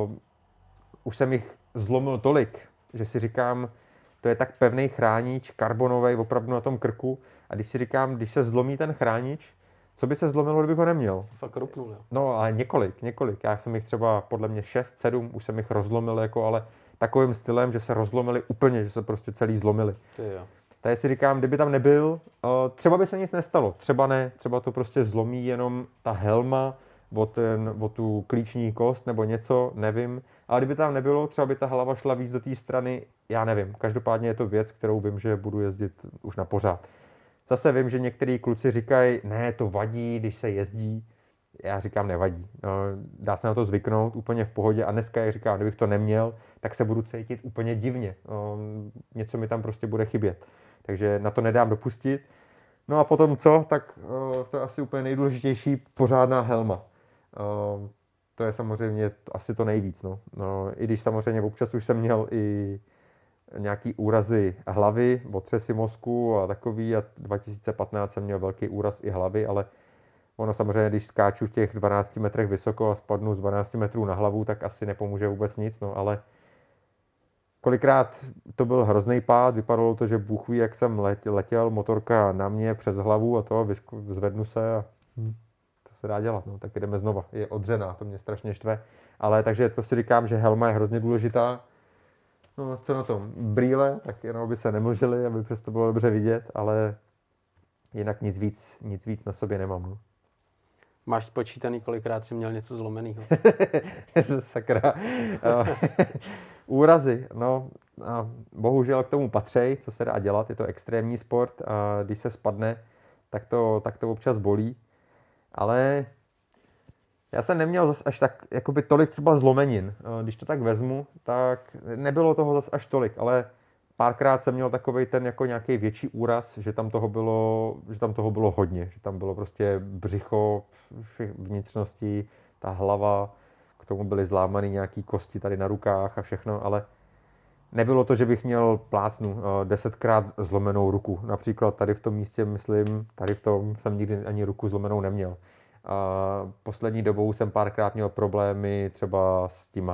Už jsem jich zlomil tolik, že si říkám, to je tak pevný chránič, karbonový, opravdu na tom krku. A když si říkám, když se zlomí ten chránič, co by se zlomilo, kdybych ho neměl? Fakt rupnul, jo. No, ale několik. Já jsem jich třeba podle mě 6, 7, už jsem jich rozlomil, ale takovým stylem, že se rozlomili úplně, že se prostě celý zlomili. Takže si říkám, kdyby tam nebyl, třeba by se nic nestalo, třeba ne, třeba to prostě zlomí jenom ta helma o tu klíční kost nebo něco, nevím. Ale kdyby tam nebylo, třeba by ta hlava šla víc do té strany, já nevím. Každopádně je to věc, kterou vím, že budu jezdit už na pořád. Zase vím, že některý kluci říkají, ne, to vadí, když se jezdí. Já říkám, nevadí. Dá se na to zvyknout úplně v pohodě a dneska, jak říkám, kdybych to neměl, tak se budu cítit úplně divně. Něco mi tam prostě bude chybět. Takže na to nedám dopustit. No a potom co? Tak to je asi úplně nejdůležitější, pořádná helma. To je samozřejmě asi to nejvíc. No. I když samozřejmě občas už jsem měl i nějaký úrazy hlavy, otřesy mozku a takový a 2015 jsem měl velký úraz i hlavy, ale ono samozřejmě, když skáču v těch 12 metrech vysoko a spadnu z 12 metrů na hlavu, tak asi nepomůže vůbec nic, no, ale kolikrát to byl hrozný pád, vypadalo to, že Bůh ví, jak jsem letěl, motorka na mě přes hlavu a to, zvednu se a se dá dělat, no, tak jdeme znova. Je odřená, to mě strašně štve. Ale takže to si říkám, že helma je hrozně důležitá. No, co na tom? Brýle, tak jenom aby se nemlžily, aby přesto bylo dobře vidět, ale jinak nic víc na sobě nemám. No. Máš spočítaný, kolikrát jsi měl něco zlomeného? Sakra. Úrazy, no, bohužel k tomu patří, co se dá dělat, je to extrémní sport a když se spadne, tak to občas bolí, ale já jsem neměl zas až tak, jakoby tolik třeba zlomenin. Když to tak vezmu, tak nebylo toho zas až tolik, ale párkrát jsem měl takovej ten jako nějaký větší úraz, že tam toho bylo hodně, že tam bylo prostě břicho, vnitřnosti, ta hlava, k tomu byly zlámané nějaký kosti tady na rukách a všechno, ale nebylo to, že bych měl plácnu 10krát zlomenou ruku. Například tady v tom místě, myslím, tady v tom jsem nikdy ani ruku zlomenou neměl. A poslední dobou jsem párkrát měl problémy třeba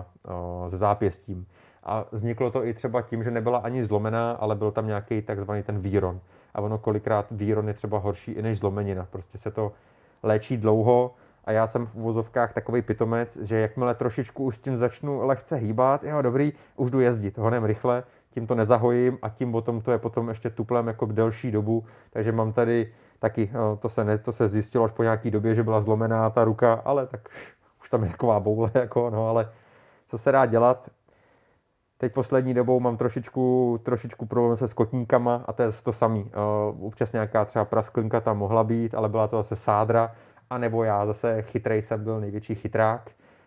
se zápěstím. A vzniklo to i třeba tím, že nebyla ani zlomená, ale byl tam nějaký takzvaný ten víron. A ono kolikrát víron je třeba horší i než zlomenina. Prostě se to léčí dlouho a já jsem v uvozovkách takovej pitomec, že jakmile trošičku už tím začnu lehce hýbat, jo dobrý, už jdu jezdit, honem rychle, tím to nezahojím a tím potom to je potom ještě tuplem jako delší dobu. Takže mám tady taky, to se zjistilo až po nějaký době, že byla zlomená ta ruka, ale tak už tam je taková boule, jako, no ale co se dá dělat. Teď poslední dobou mám trošičku problém se skotníkama a to je to samý. Občas nějaká třeba prasklinka tam mohla být, ale byla to zase sádra, anebo já zase chytrej jsem byl největší chytrák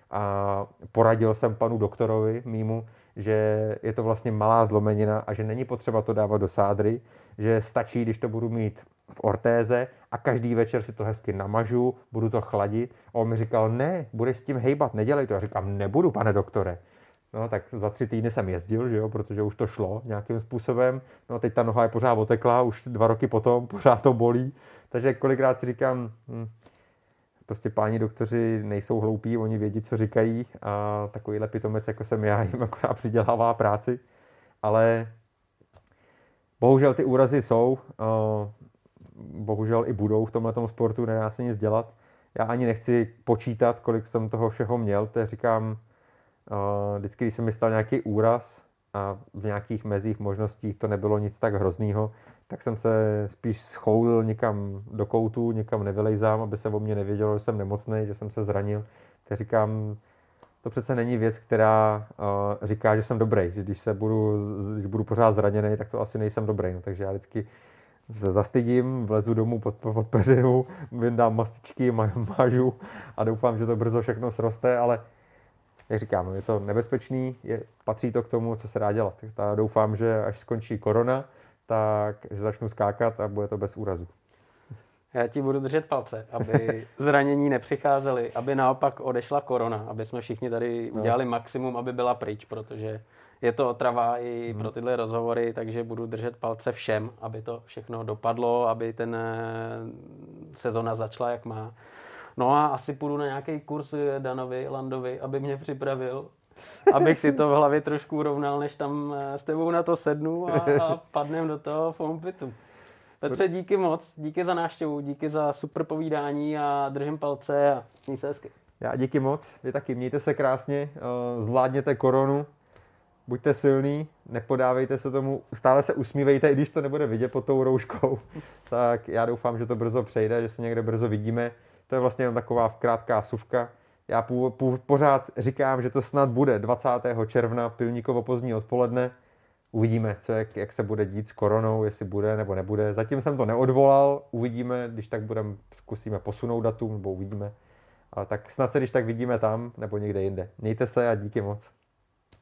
a poradil jsem panu doktorovi mýmu, že je to vlastně malá zlomenina a že není potřeba to dávat do sádry, že stačí, když to budu mít v ortéze a každý večer si to hezky namažu, budu to chladit. A on mi říkal, ne, budeš s tím hejbat, nedělej to. Já říkám, nebudu, pane doktore. No tak za 3 týdny jsem jezdil, že jo, protože už to šlo nějakým způsobem. No teď ta noha je pořád oteklá, už 2 roky potom, pořád to bolí. Takže kolikrát si říkám, prostě páni doktoři nejsou hloupí, oni vědí, co říkají a takovýhle pitomec, jako jsem já, jim akorát přidělává práci. Ale bohužel ty úrazy jsou, bohužel i budou v tomhletom sportu, nedá se nic dělat. Já ani nechci počítat, kolik jsem toho všeho měl, to říkám, vždycky, když se mi stal nějaký úraz a v nějakých mezích možností to nebylo nic tak hroznýho, tak jsem se spíš schoulil někam do koutu, někam nevylejzám, aby se o mě nevědělo, že jsem nemocný, že jsem se zranil. Tak říkám, to přece není věc, která říká, že jsem dobrý, že když budu pořád zraněný, tak to asi nejsem dobrý. No, takže já vždycky se zastydím, vlezu domů pod peřinu, vyndám mastičky, mážu a doufám, že to brzo všechno sroste, ale jak říkám, je to nebezpečný, patří to k tomu, co se dá dělat. Tak doufám, že až skončí korona, tak že začnu skákat a bude to bez úrazu. Já ti budu držet palce, aby zranění nepřicházely, aby naopak odešla korona, aby jsme všichni tady udělali maximum, aby byla pryč, protože je to otrava i pro tyhle rozhovory, takže budu držet palce všem, aby to všechno dopadlo, aby ten sezona začala, jak má. No a asi půjdu na nějaký kurz Danovi Landovi, aby mě připravil, abych si to v hlavě trošku urovnal, než tam s tebou na to sednu a padnem do toho foampitu. Petře, díky moc, díky za návštěvu, díky za super povídání a držím palce a měj se hezky. Já díky moc, vy taky mějte se krásně, zvládněte koronu, buďte silný, nepodávejte se tomu, stále se usmívejte, i když to nebude vidět pod tou rouškou. Tak já doufám, že to brzo přejde, že se někde brzo vidíme. To je vlastně jen taková krátká vsuvka. Já pořád říkám, že to snad bude 20. června, Pilníkovo pozdní odpoledne. Uvidíme, jak se bude dít s koronou, jestli bude nebo nebude. Zatím jsem to neodvolal, uvidíme, když tak zkusíme posunout datum, nebo uvidíme. Ale tak snad se když tak vidíme tam, nebo někde jinde. Mějte se a díky moc.